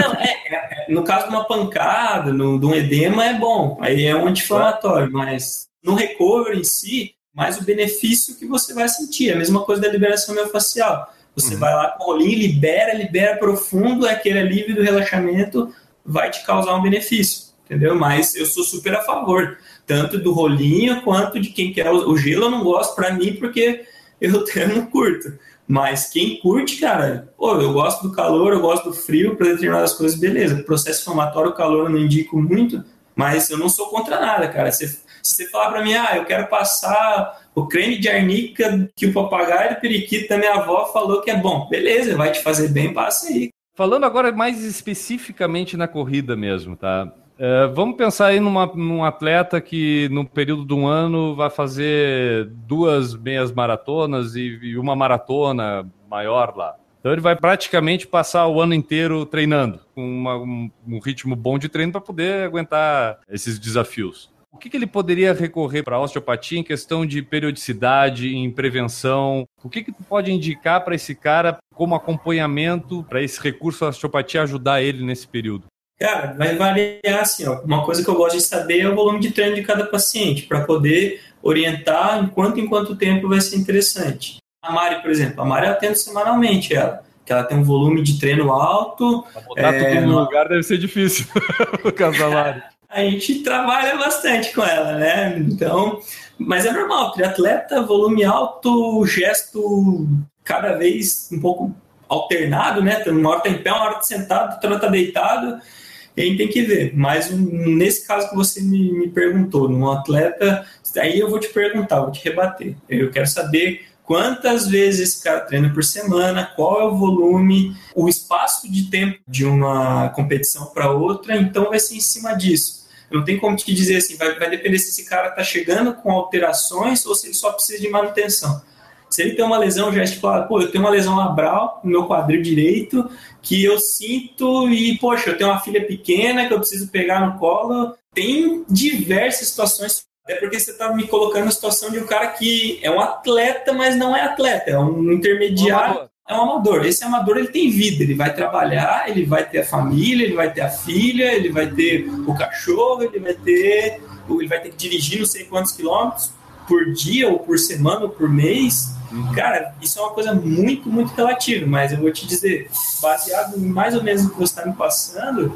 no caso de uma pancada, de um edema é bom, aí é um anti-inflamatório, mas no recovery em si, mais o benefício que você vai sentir. A mesma coisa da liberação miofacial. Você vai lá com o rolinho, libera profundo, aquele alívio do relaxamento vai te causar um benefício, entendeu? Mas eu sou super a favor, tanto do rolinho quanto de quem quer o gelo. Eu não gosto pra mim porque eu não curto. Mas quem curte, cara, eu gosto do calor, eu gosto do frio, para determinadas coisas, beleza. Processo inflamatório, o calor eu não indico muito, mas eu não sou contra nada, cara. Se você falar pra mim, eu quero passar o creme de arnica que o papagaio do periquito da minha avó falou que é bom. Beleza, vai te fazer bem, passa aí. Falando agora mais especificamente na corrida mesmo, tá? Vamos pensar aí num atleta que no período de um ano vai fazer 2 meias maratonas e uma maratona maior lá. Então ele vai praticamente passar o ano inteiro treinando, com um ritmo bom de treino para poder aguentar esses desafios. O que ele poderia recorrer para a osteopatia em questão de periodicidade, em prevenção? O que tu pode indicar para esse cara como acompanhamento para esse recurso da osteopatia ajudar ele nesse período? Cara, vai variar assim, ó. Uma coisa que eu gosto de saber é o volume de treino de cada paciente, para poder orientar em quanto tempo vai ser interessante. A Mari, por exemplo, eu atendo semanalmente que ela tem um volume de treino alto. Pra botar tudo no lugar deve ser difícil, no caso da Mari. A gente trabalha bastante com ela, né? Então, mas é normal, triatleta, volume alto, gesto cada vez um pouco alternado, né? Uma hora tá em pé, uma hora tá sentado, outra hora tá deitado, e aí tem que ver. Mas nesse caso que você me perguntou, num atleta, aí eu vou te perguntar, vou te rebater. Eu quero saber quantas vezes esse cara treina por semana, qual é o volume, o espaço de tempo de uma competição para outra, então vai ser em cima disso. Não tem como te dizer assim, vai depender se esse cara está chegando com alterações ou se ele só precisa de manutenção. Se ele tem uma lesão já estipulada, eu tenho uma lesão labral no meu quadril direito que eu sinto e, eu tenho uma filha pequena que eu preciso pegar no colo. Tem diversas situações, até porque você está me colocando na situação de um cara que é um atleta, mas não é atleta, é um intermediário. É um amador. Esse amador ele tem vida, ele vai trabalhar, ele vai ter a família, ele vai ter a filha, ele vai ter o cachorro, ele vai ter que dirigir não sei quantos quilômetros por dia, ou por semana, ou por mês. Cara, isso é uma coisa muito, muito relativa, mas eu vou te dizer, baseado em mais ou menos o que você está me passando,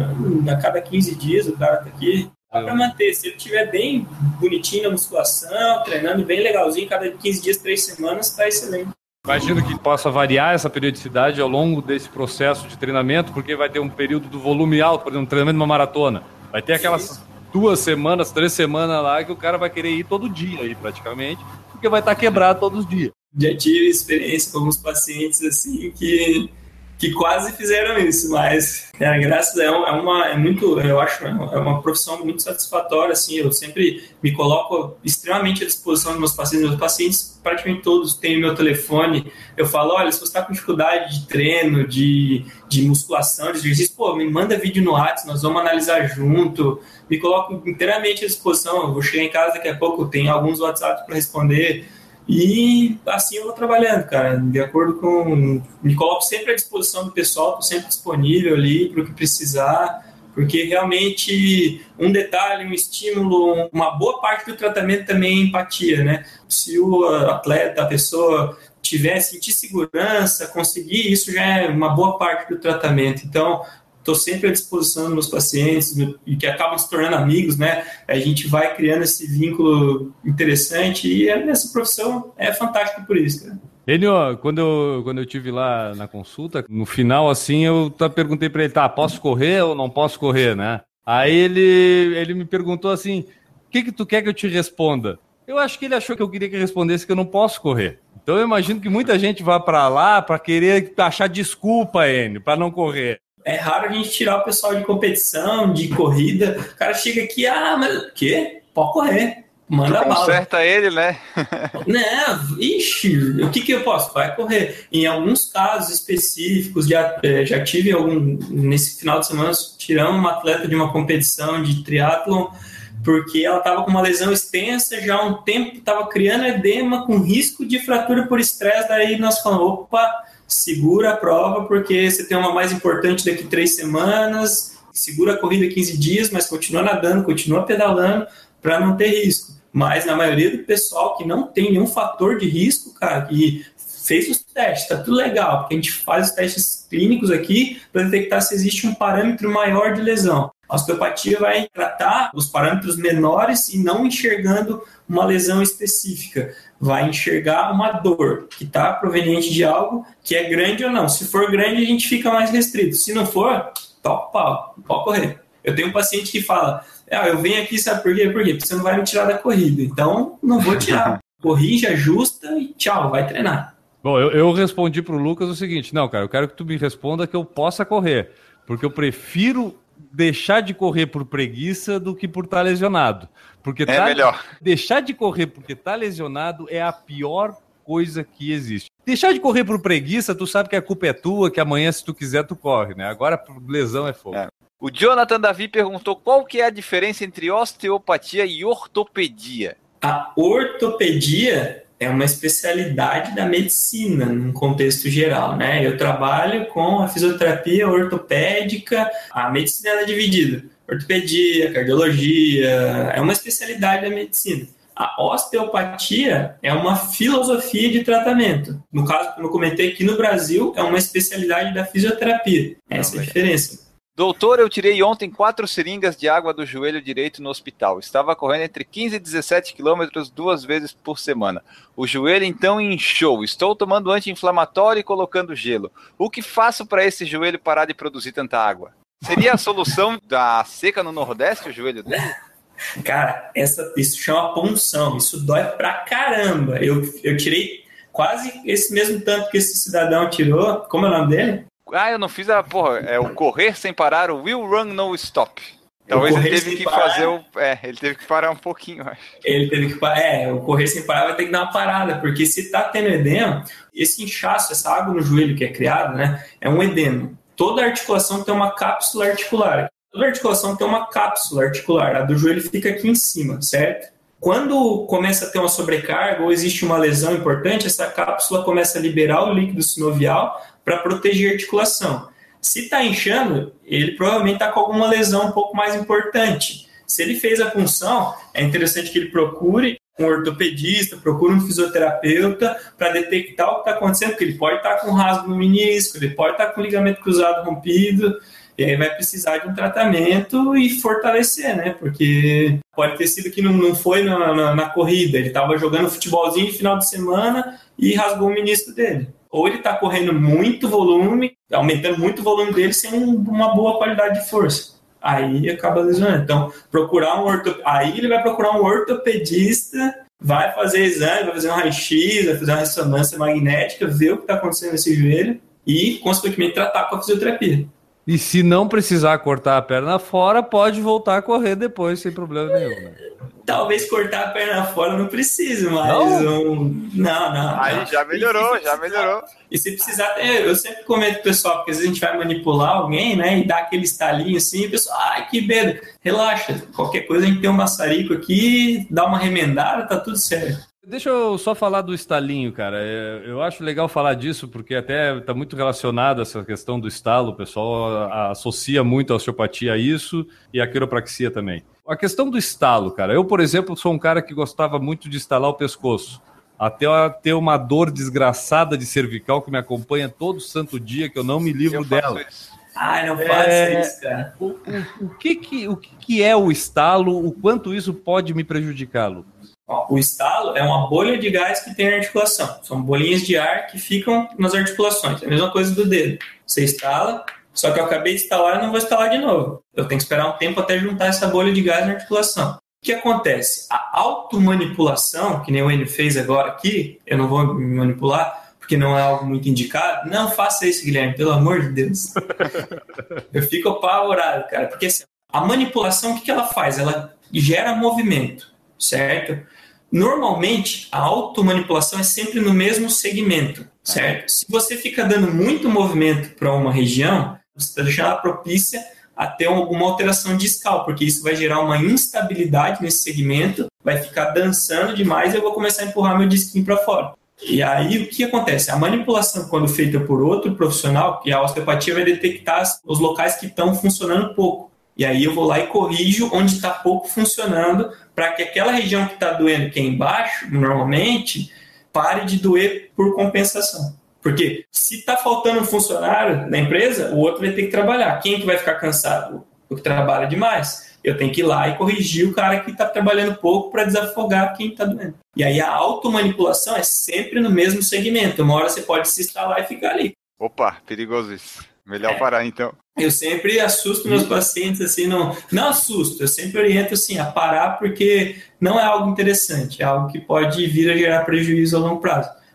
a cada 15 dias o cara tá aqui, dá para manter. Se ele estiver bem bonitinho na musculação, treinando bem legalzinho, cada 15 dias, 3 semanas, tá excelente. Imagino que possa variar essa periodicidade ao longo desse processo de treinamento, porque vai ter um período do volume alto, por exemplo, um treinamento de uma maratona. Vai ter aquelas 2 semanas, 3 semanas lá que o cara vai querer ir todo dia aí praticamente, porque vai estar quebrado todos os dias. Já tive experiência com alguns pacientes assim que quase fizeram isso, mas graças a eu acho uma profissão muito satisfatória, assim. Eu sempre me coloco extremamente à disposição dos meus pacientes praticamente todos têm o meu telefone. Eu falo, olha, se você está com dificuldade de treino, de musculação, de exercício, me manda vídeo no WhatsApp, nós vamos analisar junto. Me coloco inteiramente à disposição. Eu vou chegar em casa daqui a pouco, tem alguns WhatsApp para responder. E assim eu vou trabalhando, cara, de acordo com... Me coloco sempre à disposição do pessoal, estou sempre disponível ali para o que precisar, porque realmente um detalhe, um estímulo, uma boa parte do tratamento também é empatia, né? Se o atleta, a pessoa sentir segurança, conseguir, isso já é uma boa parte do tratamento. Então, estou sempre à disposição dos meus pacientes e que acabam se tornando amigos, né? A gente vai criando esse vínculo interessante e essa profissão é fantástica por isso, cara. Enio, quando eu tive lá na consulta, no final, assim, eu perguntei para ele, posso correr ou não posso correr, né? Aí ele me perguntou assim, o que tu quer que eu te responda? Eu acho que ele achou que eu queria que respondesse que eu não posso correr. Então eu imagino que muita gente vai para lá para querer achar desculpa, Enio, para não correr. É raro a gente tirar o pessoal de competição, de corrida. O cara chega aqui, mas o quê? Pode correr. Manda bala. Conserta ele, né? Não, o que eu posso? Vai correr. Em alguns casos específicos, já tive nesse final de semana, tiramos uma atleta de uma competição de triatlon, porque ela estava com uma lesão extensa, já há um tempo estava criando edema com risco de fratura por estresse. Daí nós falamos, opa, segura a prova, porque você tem uma mais importante daqui 3 semanas, segura a corrida 15 dias, mas continua nadando, continua pedalando, para não ter risco. Mas na maioria do pessoal que não tem nenhum fator de risco, cara, que fez os testes, tá tudo legal, porque a gente faz os testes clínicos aqui para detectar se existe um parâmetro maior de lesão. A osteopatia vai tratar os parâmetros menores e não enxergando uma lesão específica. Vai enxergar uma dor que está proveniente de algo que é grande ou não. Se for grande, a gente fica mais restrito. Se não for, toca o pau, pode correr. Eu tenho um paciente que fala, eu venho aqui, sabe por quê? Porque você não vai me tirar da corrida. Então, não vou tirar. Corrige, ajusta e tchau, vai treinar. Bom, eu respondi pro Lucas o seguinte, não, cara, eu quero que tu me responda que eu possa correr, porque eu prefiro deixar de correr por preguiça do que por estar lesionado. Porque melhor. Deixar de correr porque tá lesionado é a pior coisa que existe. Deixar de correr por preguiça, tu sabe que a culpa é tua, que amanhã, se tu quiser, tu corre, né? Agora, por lesão é fogo. O Jonathan Davi perguntou qual que é a diferença entre osteopatia e ortopedia. A ortopedia é uma especialidade da medicina, num contexto geral, né? Eu trabalho com a fisioterapia ortopédica, a medicina é dividida. Ortopedia, cardiologia, é uma especialidade da medicina. A osteopatia é uma filosofia de tratamento. No caso, como eu comentei aqui no Brasil, é uma especialidade da fisioterapia. Essa é a diferença. Doutor, eu tirei ontem 4 seringas de água do joelho direito no hospital. Estava correndo entre 15 e 17 quilômetros 2 vezes por semana. O joelho então inchou. Estou tomando anti-inflamatório e colocando gelo. O que faço para esse joelho parar de produzir tanta água? Seria a solução da seca no Nordeste, o joelho dele? Cara, isso chama punção. Isso dói pra caramba. Eu tirei quase esse mesmo tanto que esse cidadão tirou. Como é o nome dele? Eu não fiz o correr sem parar, o Will Run No Stop. Talvez ele teve que fazer ele teve que parar um pouquinho, acho. Ele teve que parar, o correr sem parar vai ter que dar uma parada, porque se tá tendo edema, esse inchaço, essa água no joelho que é criada, né, é um edema. Toda articulação tem uma cápsula articular. Toda articulação tem uma cápsula articular, a do joelho fica aqui em cima, certo? Quando começa a ter uma sobrecarga ou existe uma lesão importante, essa cápsula começa a liberar o líquido sinovial para proteger a articulação. Se está inchando, ele provavelmente está com alguma lesão um pouco mais importante. Se ele fez a punção, é interessante que ele procure um ortopedista, procure um fisioterapeuta para detectar o que está acontecendo, porque ele pode estar com rasgo no menisco, ele pode estar com ligamento cruzado rompido, e aí vai precisar de um tratamento e fortalecer, né? Porque pode ter sido que não foi na corrida, ele estava jogando futebolzinho de final de semana e rasgou o menisco dele. Ou ele está correndo muito volume, aumentando muito o volume dele sem uma boa qualidade de força. Aí acaba lesionando. Então, aí ele vai procurar um ortopedista, vai fazer exame, vai fazer um raio-x, vai fazer uma ressonância magnética, ver o que está acontecendo nesse joelho e, consequentemente, tratar com a fisioterapia. E se não precisar cortar a perna fora, pode voltar a correr depois, sem problema nenhum, né? Talvez cortar a perna fora não precise, mas... Não. Aí já melhorou. E se precisar... Eu sempre comento pro pessoal, porque às vezes a gente vai manipular alguém, né? E dá aquele estalinho assim, e o pessoal... Ai, que medo! Relaxa, qualquer coisa a gente tem um maçarico aqui, dá uma remendada, tá tudo certo. Deixa eu só falar do estalinho, cara. Eu acho legal falar disso, porque até está muito relacionado essa questão do estalo. O pessoal associa muito a osteopatia a isso e a quiropraxia também. A questão do estalo, cara. Eu, por exemplo, sou um cara que gostava muito de estalar o pescoço. Até eu ter uma dor desgraçada de cervical que me acompanha todo santo dia, que eu não me livro dela. Não faça isso, cara. O que é o estalo? O quanto isso pode me prejudicar, Lucas? O estalo é uma bolha de gás que tem na articulação. São bolinhas de ar que ficam nas articulações. É a mesma coisa do dedo. Você estala, só que eu acabei de estalar e não vou estalar de novo. Eu tenho que esperar um tempo até juntar essa bolha de gás na articulação. O que acontece? A automanipulação, que nem o Enio fez agora aqui, eu não vou me manipular, porque não é algo muito indicado. Não faça isso, Guilherme, pelo amor de Deus. Eu fico apavorado, cara. Porque assim, a manipulação, o que ela faz? Ela gera movimento, certo? Normalmente, a automanipulação é sempre no mesmo segmento, certo? Se você fica dando muito movimento para uma região, você está deixando ela propícia a ter alguma alteração discal, porque isso vai gerar uma instabilidade nesse segmento, vai ficar dançando demais e eu vou começar a empurrar meu disquinho para fora. E aí, o que acontece? A manipulação, quando feita por outro profissional, que a osteopatia vai detectar os locais que estão funcionando pouco. E aí eu vou lá e corrijo onde está pouco funcionando, para que aquela região que está doendo, que é embaixo, normalmente, pare de doer por compensação. Porque se está faltando um funcionário da empresa, o outro vai ter que trabalhar. Quem que vai ficar cansado? O que trabalha demais. Eu tenho que ir lá e corrigir o cara que está trabalhando pouco para desafogar quem está doendo. E aí a automanipulação é sempre no mesmo segmento. Uma hora você pode se instalar e ficar ali. Opa, perigoso isso. Melhor parar, então. Eu sempre assusto meus pacientes, assim, não assusto, eu sempre oriento, assim, a parar porque não é algo interessante, é algo que pode vir a gerar prejuízo a longo prazo.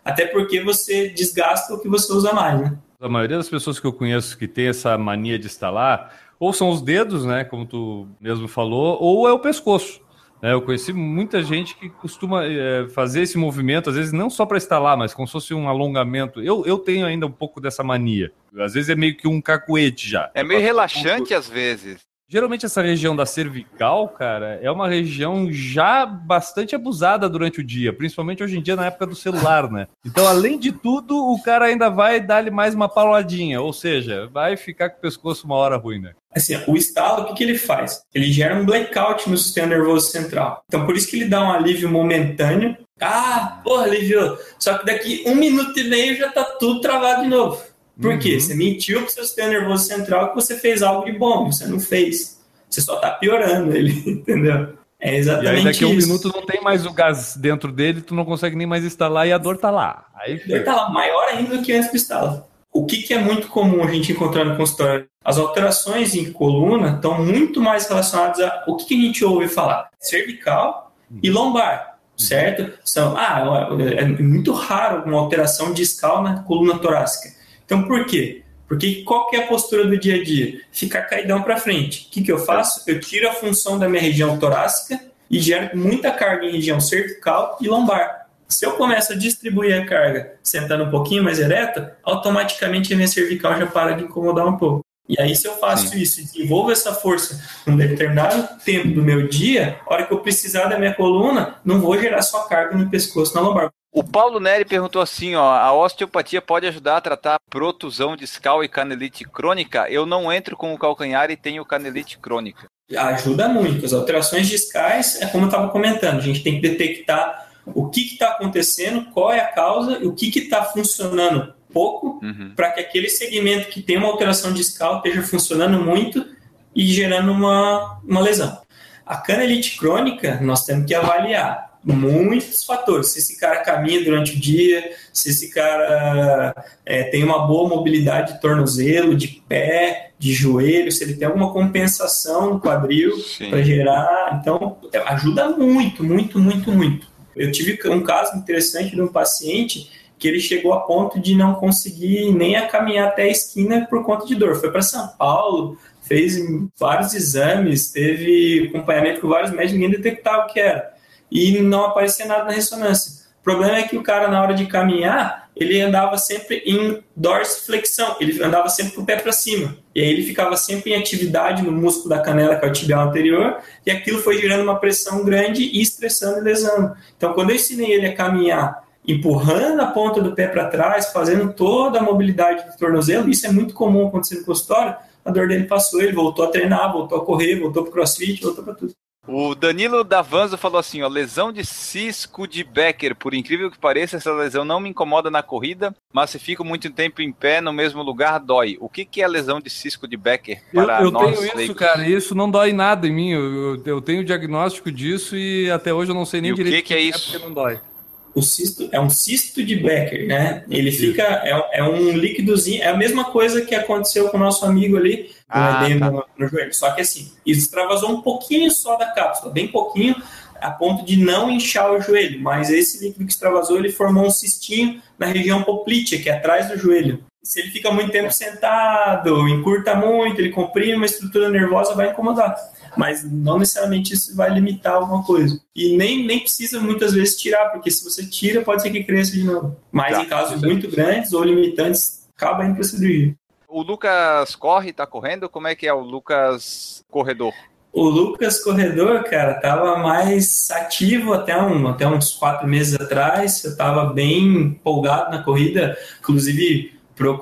até porque você desgasta o que você usa mais, né? A maioria das pessoas que eu conheço que tem essa mania de instalar, ou são os dedos, né, como tu mesmo falou, ou é o pescoço. Eu conheci muita gente que costuma fazer esse movimento, às vezes não só para instalar, mas como se fosse um alongamento. Eu tenho ainda um pouco dessa mania. Às vezes é meio que um cacuete já. É meio relaxante às vezes. Geralmente essa região da cervical, cara, é uma região já bastante abusada durante o dia, principalmente hoje em dia na época do celular, né? Então, além de tudo, o cara ainda vai dar-lhe mais uma pauladinha, ou seja, vai ficar com o pescoço uma hora ruim, né? Assim, o estalo, o que ele faz? Ele gera um blackout no sistema nervoso central. Então, por isso que ele dá um alívio momentâneo. Ah, porra, aliviou. Só que daqui 1 minuto e meio já tá tudo travado de novo. Por quê? Você mentiu pro seu sistema nervoso central que você fez algo de bom, você não fez. Você só tá piorando ele, entendeu? É exatamente isso. E aí daqui a 1 minuto não tem mais o gás dentro dele, tu não consegue nem mais instalar e a dor tá lá. Aí a dor tá lá, maior ainda do que antes do estalo. O que é muito comum a gente encontrar no consultório? As alterações em coluna estão muito mais relacionadas a o que a gente ouve falar? Cervical e lombar, certo? É muito raro uma alteração discal na coluna torácica. Então, por quê? Porque qual que é a postura do dia a dia? Ficar caidão para frente. O que eu faço? Eu tiro a função da minha região torácica e gero muita carga em região cervical e lombar. Se eu começo a distribuir a carga sentando um pouquinho mais ereto, automaticamente a minha cervical já para de incomodar um pouco. E aí, se eu faço isso e desenvolvo essa força num determinado tempo do meu dia, a hora que eu precisar da minha coluna, não vou gerar só carga no pescoço, na lombar. O Paulo Neri perguntou assim, ó, a osteopatia pode ajudar a tratar protusão discal e canelite crônica? Eu não entro com o calcanhar e tenho canelite crônica. Ajuda muito. As alterações discais, é como eu estava comentando, a gente tem que detectar o que está acontecendo, qual é a causa e o que está funcionando pouco para que aquele segmento que tem uma alteração discal esteja funcionando muito e gerando uma lesão. A canelite crônica, nós temos que avaliar muitos fatores. Se esse cara caminha durante o dia, se esse cara tem uma boa mobilidade de tornozelo, de pé, de joelho, se ele tem alguma compensação no quadril para gerar. Então, ajuda muito, muito, muito, muito. Eu tive um caso interessante de um paciente que ele chegou a ponto de não conseguir nem a caminhar até a esquina por conta de dor. Foi para São Paulo, fez vários exames, teve acompanhamento com vários médicos, ninguém detectava o que era. E não aparecia nada na ressonância. O problema é que o cara, na hora de caminhar, ele andava sempre em dorsiflexão, ele andava sempre com o pé para cima. E aí ele ficava sempre em atividade no músculo da canela, que é o tibial anterior, e aquilo foi gerando uma pressão grande e estressando e lesando. Então, quando eu ensinei ele a caminhar, empurrando a ponta do pé para trás, fazendo toda a mobilidade do tornozelo, isso é muito comum acontecer no consultório, a dor dele passou, ele voltou a treinar, voltou a correr, voltou para o crossfit, voltou para tudo. O Danilo Davanzo falou assim, ó, lesão de cisco de Becker. Por incrível que pareça, essa lesão não me incomoda na corrida, mas se fico muito tempo em pé no mesmo lugar, dói. O que é a lesão de cisco de Becker? Eu tenho isso, cara, e isso não dói nada em mim. Eu tenho o diagnóstico disso e até hoje eu não sei nem direito o que é isso. Porque não dói. O cisto é um cisto de Becker, né? Ele fica, é um líquidozinho, é a mesma coisa que aconteceu com o nosso amigo ali, no joelho. Só que assim, isso extravasou um pouquinho só da cápsula, bem pouquinho, a ponto de não inchar o joelho. Mas esse líquido que extravasou, ele formou um cistinho na região poplítea, que é atrás do joelho. Se ele fica muito tempo sentado, encurta muito, ele comprime uma estrutura nervosa, vai incomodar. Mas não necessariamente isso vai limitar alguma coisa. E nem precisa muitas vezes tirar, porque se você tira, pode ser que cresça de novo. Mas em casos muito grandes ou limitantes, acaba indo para cirurgia. O Lucas corre, tá correndo? Como é que é o Lucas corredor? O Lucas corredor, cara, tava mais ativo até uns 4 meses atrás. Eu tava bem empolgado na corrida. Inclusive,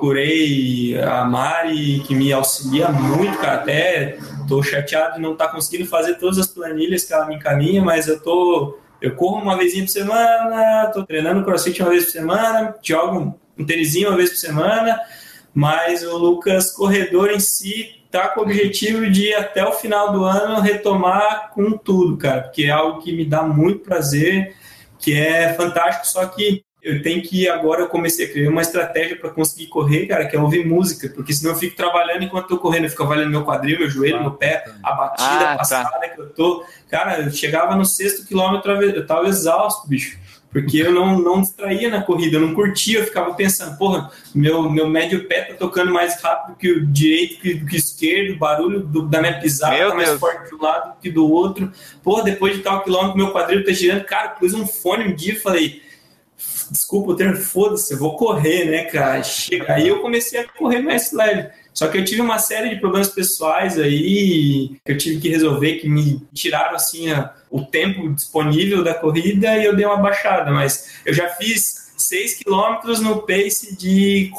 procurei a Mari, que me auxilia muito, cara. Até tô chateado de não estar conseguindo fazer todas as planilhas que ela me encaminha, mas eu corro uma vezinha por semana, tô treinando crossfit uma vez por semana, jogo um tênisinho uma vez por semana, mas o Lucas corredor em si tá com o objetivo de até o final do ano retomar com tudo, cara, porque é algo que me dá muito prazer, que é fantástico, só que eu tenho que agora, eu comecei a criar uma estratégia para conseguir correr, cara, que é ouvir música, porque senão eu fico trabalhando enquanto eu tô correndo, eu fico avaliando meu quadril, meu joelho, meu pé, a batida passada que eu tô. Cara, eu chegava no 6º quilômetro, eu tava exausto, bicho. porque eu não distraía na corrida, eu não curtia, eu ficava pensando, porra, meu médio pé tá tocando mais rápido que o direito, que o esquerdo, o barulho da minha pisada tá mais forte de um lado que do outro, porra, depois de tal quilômetro, meu quadril tá girando, cara, pus um fone um dia e falei, desculpa o termo, foda-se, eu vou correr, né, cara, chega. Aí eu comecei a correr mais leve. Só que eu tive uma série de problemas pessoais aí que eu tive que resolver, que me tiraram assim o tempo disponível da corrida e eu dei uma baixada. Mas eu já fiz 6 quilômetros no pace de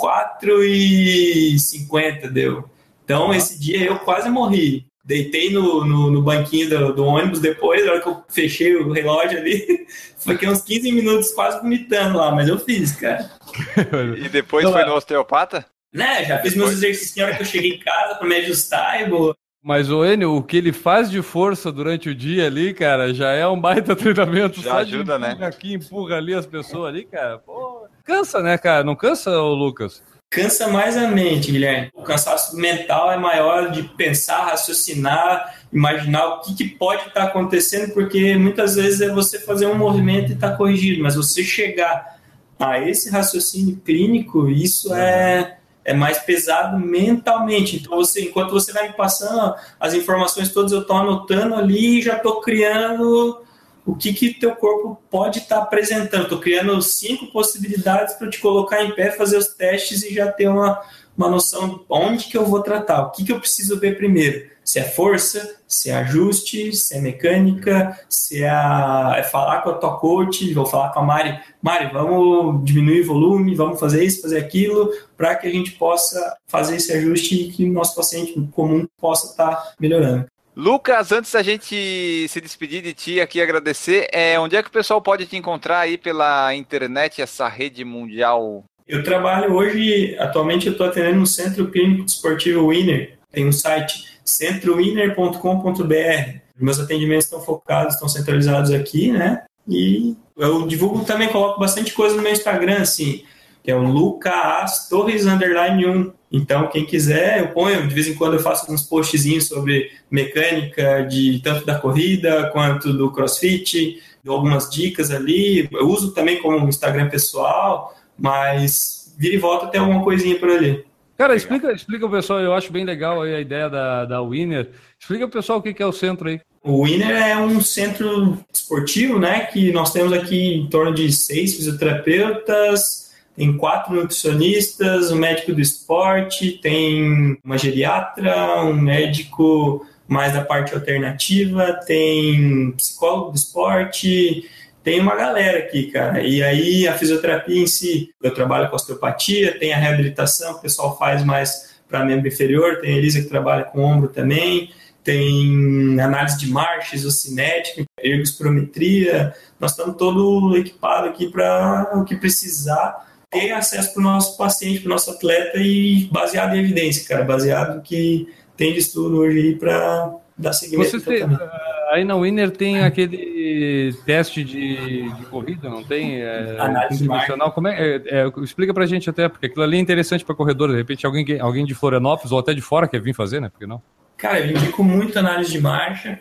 4,50, deu. Então esse dia eu quase morri. Deitei no banquinho do ônibus depois, na hora que eu fechei o relógio ali, fiquei uns 15 minutos quase vomitando lá, mas eu fiz, cara. E depois foi no osteopata? Né, já fiz meus exercícios na hora que eu cheguei em casa pra me ajustar e boa. Mas o Enio, o que ele faz de força durante o dia ali, cara, já é um baita treinamento. Já ajuda, né? Aqui, empurra ali as pessoas ali, cara. Pô, cansa, né, cara? Não cansa, ô Lucas? Cansa mais a mente, Guilherme. O cansaço mental é maior de pensar, raciocinar, imaginar o que pode estar acontecendo, porque muitas vezes é você fazer um movimento e estar corrigido, mas você chegar a esse raciocínio clínico, isso é mais pesado mentalmente. Então, enquanto você vai me passando as informações todas, eu estou anotando ali e já estou criando o que teu corpo pode estar apresentando. Estou criando 5 possibilidades para te colocar em pé, fazer os testes e já ter uma noção de onde que eu vou tratar, o que eu preciso ver primeiro. Se é força, se é ajuste, se é mecânica, se é falar com a tua coach, vou falar com a Mari, vamos diminuir o volume, vamos fazer isso, fazer aquilo, para que a gente possa fazer esse ajuste e que o nosso paciente comum possa estar melhorando. Lucas, antes da gente se despedir de ti aqui, agradecer, onde é que o pessoal pode te encontrar aí pela internet, essa rede mundial? Eu trabalho hoje, atualmente eu estou atendendo no Centro Clínico Desportivo Winner, tem um site centrowinner.com.br. Meus atendimentos estão focados, estão centralizados aqui, né? E eu divulgo também, coloco bastante coisa no meu Instagram, assim, que é o lucas_torres_1. Então, quem quiser, eu ponho, de vez em quando eu faço uns postzinhos sobre mecânica de tanto da corrida quanto do CrossFit, dou algumas dicas ali. Eu uso também como Instagram pessoal, mas vira e volta tem alguma coisinha por ali. Cara, explica o pessoal, eu acho bem legal aí a ideia da Winner. Explica o pessoal o que é o centro aí. O Winner é um centro esportivo, né, que nós temos aqui em torno de 6 fisioterapeutas, tem 4 nutricionistas, um médico do esporte, tem uma geriatra, um médico mais da parte alternativa, tem psicólogo do esporte, tem uma galera aqui, cara. E aí a fisioterapia em si, eu trabalho com osteopatia, tem a reabilitação que o pessoal faz mais para membro inferior, tem a Elisa que trabalha com ombro também, tem análise de marcha, isocinética, ergospirometria. Nós estamos todo equipado aqui para o que precisar, ter acesso para o nosso paciente, para o nosso atleta e baseado em evidência, cara, baseado no que tem de estudo hoje aí para dar seguimento ao tratamento. Aí na Winner tem aquele teste de corrida, não tem? Análise dimensional. Como explica pra gente até, porque aquilo ali é interessante para corredor. De repente alguém de Florianópolis ou até de fora quer vir fazer, né? Por que não? Cara, eu indico muito análise de marcha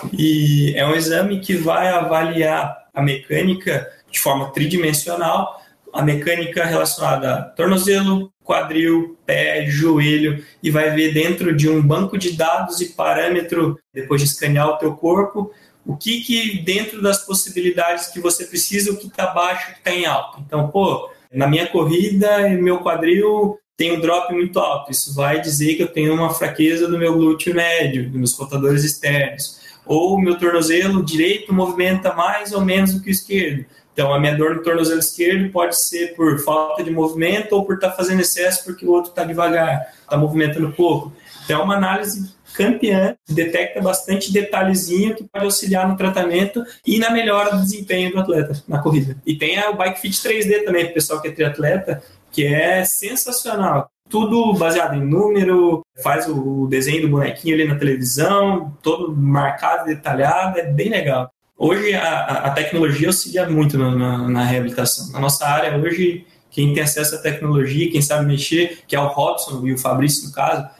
e é um exame que vai avaliar a mecânica de forma tridimensional, a mecânica relacionada a tornozelo, quadril, pé, joelho, e vai ver dentro de um banco de dados e parâmetro, depois de escanear o teu corpo, o que dentro das possibilidades que você precisa, o que está baixo, o que está em alto. Então, na minha corrida, meu quadril tem um drop muito alto, isso vai dizer que eu tenho uma fraqueza do meu glúteo médio, dos meus rotadores externos, ou meu tornozelo direito movimenta mais ou menos do que o esquerdo. Então, a minha dor no tornozelo esquerdo pode ser por falta de movimento ou por estar fazendo excesso porque o outro está devagar, está movimentando pouco. Então, é uma análise campeã, detecta bastante detalhezinho que pode auxiliar no tratamento e na melhora do desempenho do atleta na corrida. E tem o Bike Fit 3D também, para o pessoal que é triatleta, que é sensacional. Tudo baseado em número, faz o desenho do bonequinho ali na televisão, todo marcado, detalhado, é bem legal. Hoje a tecnologia auxilia muito na reabilitação. Na nossa área hoje, quem tem acesso à tecnologia, quem sabe mexer, que é o Robson e o Fabrício no caso,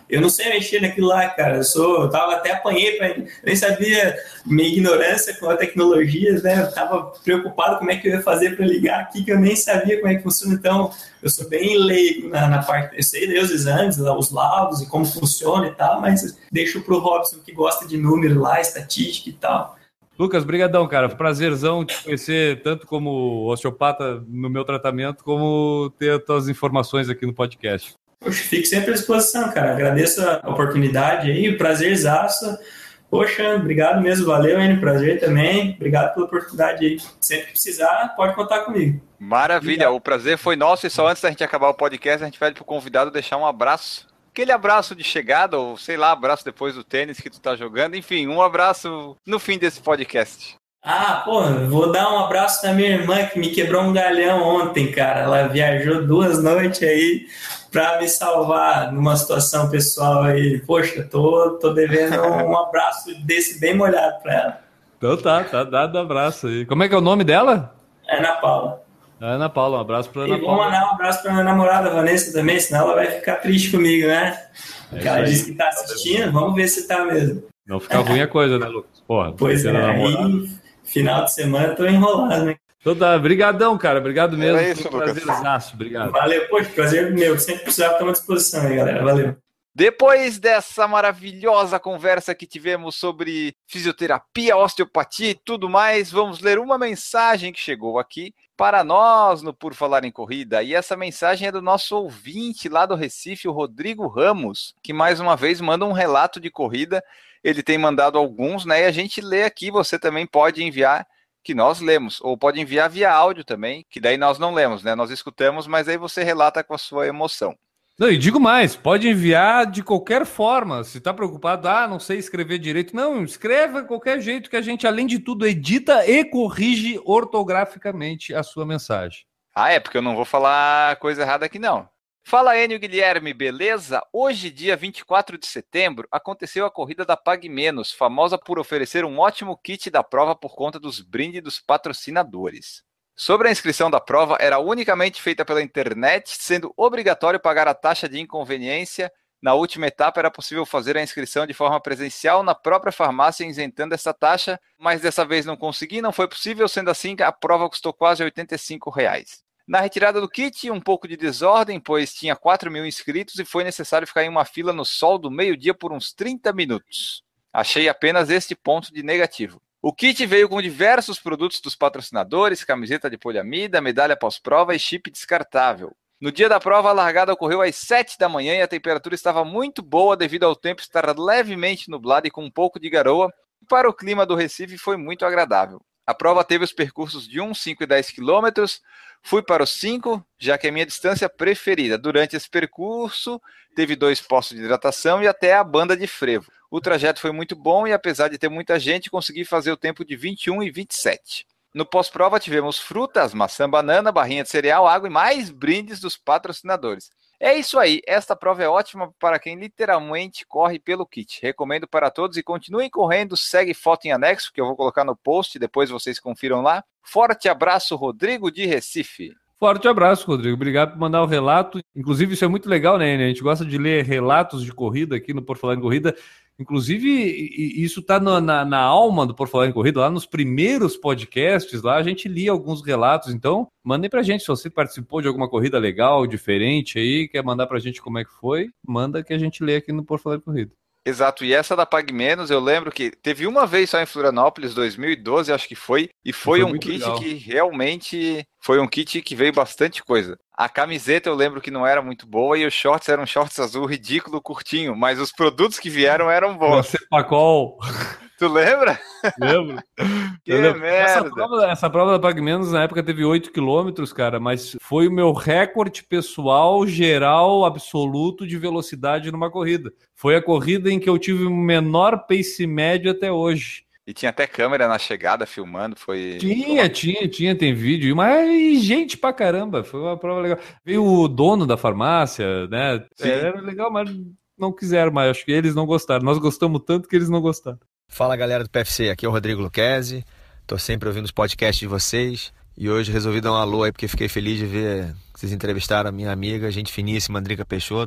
Eu não sei mexer naquilo lá, cara. Eu tava até apanhei, nem sabia, minha ignorância com a tecnologia, né? Eu tava preocupado como é que eu ia fazer para ligar aqui, que eu nem sabia como é que funciona. Então, eu sou bem leigo na parte. Eu sei ler os exames, os laudos e como funciona e tal, mas deixo pro Robson, que gosta de número lá, estatística e tal. Lucas, brigadão, cara. Prazerzão te conhecer tanto como osteopata no meu tratamento, como ter as tuas informações aqui no podcast. Poxa, fico sempre à disposição, cara. Agradeço a oportunidade aí, prazerzaço. Poxa, obrigado mesmo, valeu, Enio, prazer também. Obrigado pela oportunidade aí. Sempre que precisar, pode contar comigo. Maravilha, obrigado. O prazer foi nosso e só antes da gente acabar o podcast, a gente pede pro convidado deixar um abraço. Aquele abraço de chegada, ou sei lá, abraço depois do tênis que tu tá jogando. Enfim, um abraço no fim desse podcast. Vou dar um abraço na minha irmã que me quebrou um galhão ontem, cara. Ela viajou 2 noites aí pra me salvar numa situação pessoal aí. Poxa, tô devendo um abraço desse bem molhado pra ela. Então tá dado abraço aí. Como é que é o nome dela? Ana Paula. Ana Paula, um abraço pra Ana Paula. E vou mandar um abraço pra minha namorada Vanessa também, senão ela vai ficar triste comigo, né? Porque ela disse que tá assistindo, vamos ver se tá mesmo. Não fica ruim a coisa, né, Lucas? Porra, pois é, aí final de semana eu tô enrolado, né? Então tá, brigadão, cara, obrigado mesmo. É isso, Prazerzaço, obrigado. Valeu, poxa, prazer meu, sempre precisava estar à disposição aí, galera, valeu. Depois dessa maravilhosa conversa que tivemos sobre fisioterapia, osteopatia e tudo mais, vamos ler uma mensagem que chegou aqui para nós no Por Falar em Corrida. E essa mensagem é do nosso ouvinte lá do Recife, o Rodrigo Ramos, que mais uma vez manda um relato de corrida. Ele tem mandado alguns, né? E a gente lê aqui, você também pode enviar, que nós lemos, ou pode enviar via áudio também, que daí nós não lemos, né? Nós escutamos, mas aí você relata com a sua emoção. Não, e digo mais, pode enviar de qualquer forma. Se está preocupado, não sei escrever direito. Não, escreva de qualquer jeito que a gente, além de tudo, edita e corrige ortograficamente a sua mensagem. É porque eu não vou falar coisa errada aqui, não. Fala, Enio Guilherme, beleza? Hoje, dia 24 de setembro, aconteceu a corrida da Pague Menos, famosa por oferecer um ótimo kit da prova por conta dos brindes dos patrocinadores. Sobre a inscrição da prova, era unicamente feita pela internet, sendo obrigatório pagar a taxa de inconveniência. Na última etapa, era possível fazer a inscrição de forma presencial na própria farmácia, isentando essa taxa, mas dessa vez não consegui, não foi possível, sendo assim, a prova custou quase R$ 85. Na retirada do kit, um pouco de desordem, pois tinha 4.000 inscritos e foi necessário ficar em uma fila no sol do meio-dia por uns 30 minutos. Achei apenas este ponto de negativo. O kit veio com diversos produtos dos patrocinadores, camiseta de poliamida, medalha pós-prova e chip descartável. No dia da prova, a largada ocorreu às 7 da manhã e a temperatura estava muito boa devido ao tempo estar levemente nublado e com um pouco de garoa. Para o clima do Recife foi muito agradável. A prova teve os percursos de 1, 5 e 10 quilômetros. Fui para os 5, já que é a minha distância preferida. Durante esse percurso, teve 2 postos de hidratação e até a banda de frevo. O trajeto foi muito bom e, apesar de ter muita gente, consegui fazer o tempo de 21 e 27. No pós-prova, tivemos frutas, maçã, banana, barrinha de cereal, água e mais brindes dos patrocinadores. É isso aí, esta prova é ótima para quem literalmente corre pelo kit. Recomendo para todos e continuem correndo, segue foto em anexo, que eu vou colocar no post, depois vocês confiram lá. Forte abraço, Rodrigo de Recife. Forte abraço, Rodrigo. Obrigado por mandar o relato. Inclusive, isso é muito legal, né? A gente gosta de ler relatos de corrida aqui no Por Falar em Corrida. Inclusive, isso está na alma do Por Falar em Corrida, lá nos primeiros podcasts, lá a gente lia alguns relatos. Então, mandem pra gente, se você participou de alguma corrida legal, diferente aí, quer mandar pra gente como é que foi, manda que a gente lê aqui no Por Falar em Corrida. Exato, e essa da Pague Menos, eu lembro que teve uma vez só em Florianópolis, 2012, acho que foi, e foi um kit legal. Que realmente foi um kit que veio bastante coisa. A camiseta eu lembro que não era muito boa e os shorts eram shorts azul ridículo, curtinho, mas os produtos que vieram eram bons. Cepacol. Tu lembra? Lembro. Merda. Essa prova da Pague Menos na época teve 8 quilômetros, cara, mas foi o meu recorde pessoal, geral, absoluto de velocidade numa corrida. Foi a corrida em que eu tive o menor pace médio até hoje. E tinha até câmera na chegada filmando, foi... Tem vídeo, mas gente pra caramba, foi uma prova legal. Veio o dono da farmácia, né? Sim. Era legal, mas não quiseram mais, acho que eles não gostaram. Nós gostamos tanto que eles não gostaram. Fala galera do PFC, aqui é o Rodrigo Lucchesi, tô sempre ouvindo os podcasts de vocês e hoje resolvi dar um alô aí porque fiquei feliz de ver que vocês entrevistaram a minha amiga, gente finíssima, Andrica Peixoto.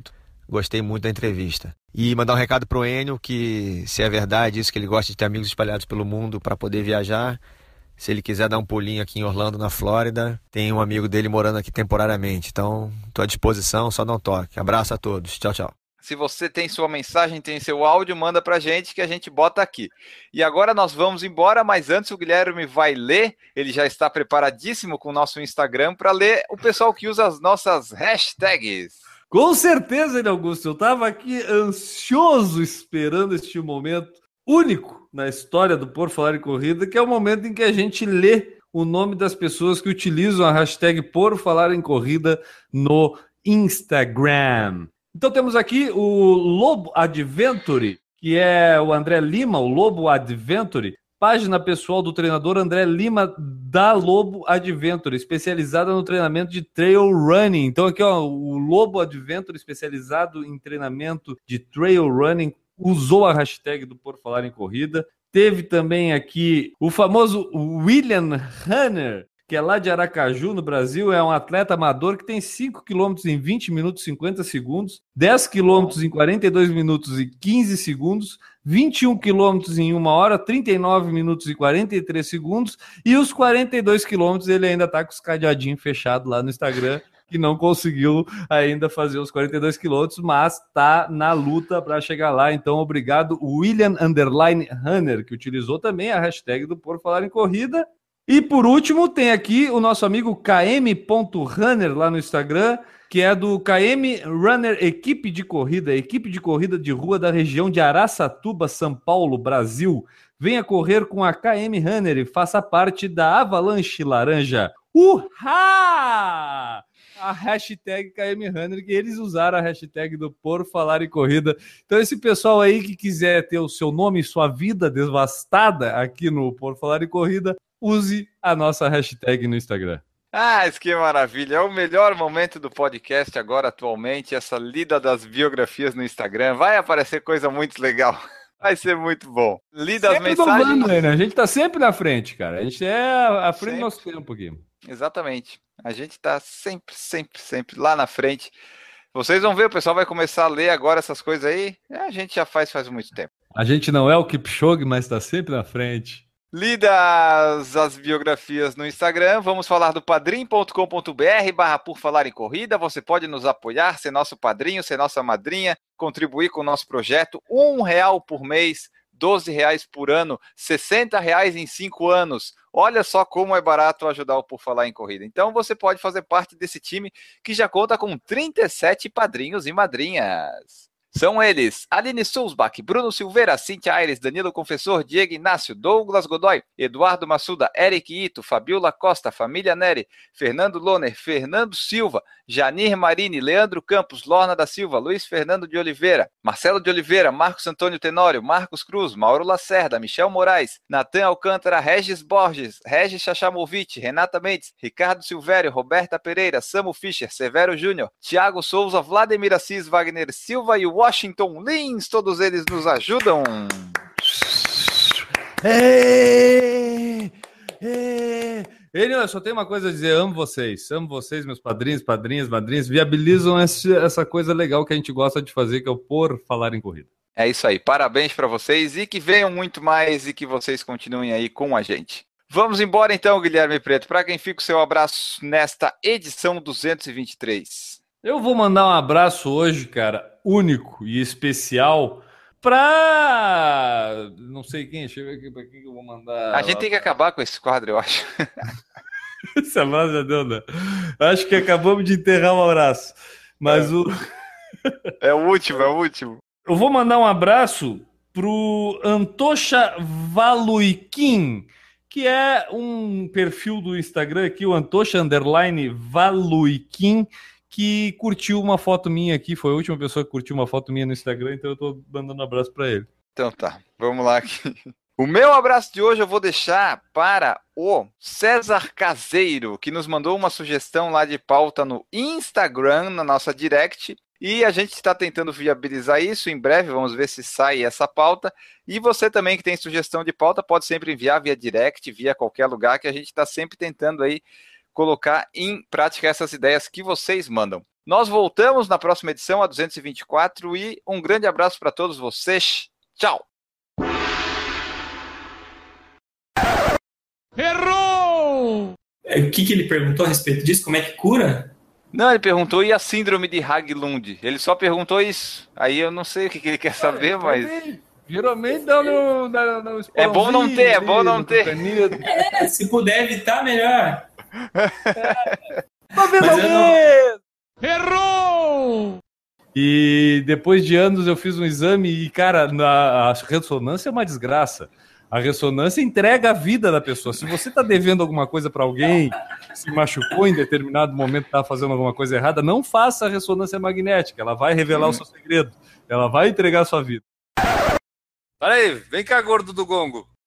Gostei muito da entrevista. E mandar um recado pro Enio que, se é verdade isso, que ele gosta de ter amigos espalhados pelo mundo para poder viajar, se ele quiser dar um pulinho aqui em Orlando, na Flórida, tem um amigo dele morando aqui temporariamente. Então, estou à disposição, só dá um toque. Abraço a todos. Tchau, tchau. Se você tem sua mensagem, tem seu áudio, manda pra gente que a gente bota aqui. E agora nós vamos embora, mas antes o Guilherme vai ler, ele já está preparadíssimo com o nosso Instagram para ler o pessoal que usa as nossas hashtags. Com certeza, ele Augusto, eu estava aqui ansioso esperando este momento único na história do Por Falar em Corrida, que é o momento em que a gente lê o nome das pessoas que utilizam a hashtag Por Falar em Corrida no Instagram. Então temos aqui o Lobo Adventure, que é o André Lima, o Lobo Adventure, página pessoal do treinador André Lima da Lobo Adventure, especializada no treinamento de trail running. Então aqui, ó, o Lobo Adventure, especializado em treinamento de trail running, usou a hashtag do Por Falar em Corrida. Teve também aqui o famoso William Hanner, que é lá de Aracaju, no Brasil, é um atleta amador que tem 5 km em 20 minutos e 50 segundos, 10 km em 42 minutos e 15 segundos, 21 km em 1 hora, 39 minutos e 43 segundos, e os 42 km ele ainda está com os cadeadinhos fechados lá no Instagram, que não conseguiu ainda fazer os 42 quilômetros, mas está na luta para chegar lá. Então, obrigado, William Hanner, que utilizou também a hashtag do Por Falar em Corrida. E por último, tem aqui o nosso amigo km.runner lá no Instagram, que é do KM Runner equipe de corrida de rua da região de Araçatuba, São Paulo, Brasil. Venha correr com a KM Runner e faça parte da Avalanche Laranja. Uhá! A hashtag KM Runner, que eles usaram a hashtag do Por Falar em Corrida. Então esse pessoal aí que quiser ter o seu nome e sua vida devastada aqui no Por Falar em Corrida, use a nossa hashtag no Instagram. Ah, isso que maravilha. É o melhor momento do podcast agora, atualmente, essa lida das biografias no Instagram. Vai aparecer coisa muito legal. Vai ser muito bom. Lida as mensagens. Inovando, né? A gente tá sempre na frente, cara. A gente é à frente do nosso tempo aqui. Exatamente. A gente tá sempre lá na frente. Vocês vão ver, o pessoal vai começar a ler agora essas coisas aí. A gente já faz muito tempo. A gente não é o Kipchoge, mas tá sempre na frente. Lidas as biografias no Instagram, vamos falar do padrim.com.br/Por Falar em Corrida. Você pode nos apoiar, ser nosso padrinho, ser nossa madrinha, contribuir com o nosso projeto. R$1 por mês, R$12 por ano, R$60 em 5 anos. Olha só como é barato ajudar o Por Falar em Corrida. Então você pode fazer parte desse time que já conta com 37 padrinhos e madrinhas. São eles: Aline Sulzbach, Bruno Silveira, Cíntia Aires, Danilo Confessor, Diego Inácio, Douglas Godoy, Eduardo Massuda, Eric Ito, Fabiola Costa, Família Neri, Fernando Loner, Fernando Silva, Janir Marini, Leandro Campos, Lorna da Silva, Luiz Fernando de Oliveira, Marcelo de Oliveira, Marcos Antônio Tenório, Marcos Cruz, Mauro Lacerda, Michel Moraes, Natan Alcântara, Regis Borges, Regis Chachamovic, Renata Mendes, Ricardo Silvério, Roberta Pereira, Samu Fischer, Severo Júnior, Thiago Souza, Vladimir Assis, Wagner Silva e Washington Lins, todos eles nos ajudam. Enio, eu só tenho uma coisa a dizer: amo vocês, meus padrinhos, padrinhas, madrinhas, viabilizam essa coisa legal que a gente gosta de fazer, que é o Por Falar em Corrida. É isso aí, parabéns para vocês e que venham muito mais e que vocês continuem aí com a gente. Vamos embora então, Guilherme Preto, para quem fica o seu abraço nesta edição 223. Eu vou mandar um abraço hoje, cara, único e especial pra... não sei quem, deixa eu ver aqui pra quem que eu vou mandar. A gente tem que acabar com esse quadro, eu acho. Esse abraço já deu, né? Acho que acabamos de enterrar um abraço. Mas É o último. Eu vou mandar um abraço pro Antosha Valuikin, que é um perfil do Instagram aqui, o Antosha _Valuikin, que curtiu uma foto minha aqui, foi a última pessoa que curtiu uma foto minha no Instagram, então eu tô mandando um abraço para ele. Então tá, vamos lá aqui. O meu abraço de hoje eu vou deixar para o César Caseiro, que nos mandou uma sugestão lá de pauta no Instagram, na nossa direct, e a gente está tentando viabilizar isso. Em breve vamos ver se sai essa pauta. E você também que tem sugestão de pauta pode sempre enviar via direct, via qualquer lugar, que a gente está sempre tentando aí colocar em prática essas ideias que vocês mandam. Nós voltamos na próxima edição, a 224, e um grande abraço para todos vocês. Tchau! Errou! O que ele perguntou a respeito disso? Como é que cura? Não, ele perguntou e a síndrome de Haglund. Ele só perguntou isso. Aí eu não sei o que ele quer saber, mas... Geralmente dá no É bom não ter, é bom não ter. Se puder evitar, melhor. Mas eu não... Errou! E depois de anos eu fiz um exame e, cara, a ressonância é uma desgraça. A ressonância entrega a vida da pessoa. Se você está devendo alguma coisa para alguém, se machucou em determinado momento, está fazendo alguma coisa errada, não faça a ressonância magnética. Ela vai revelar o seu segredo. Ela vai entregar a sua vida. Olha aí, vem cá, gordo do gongo.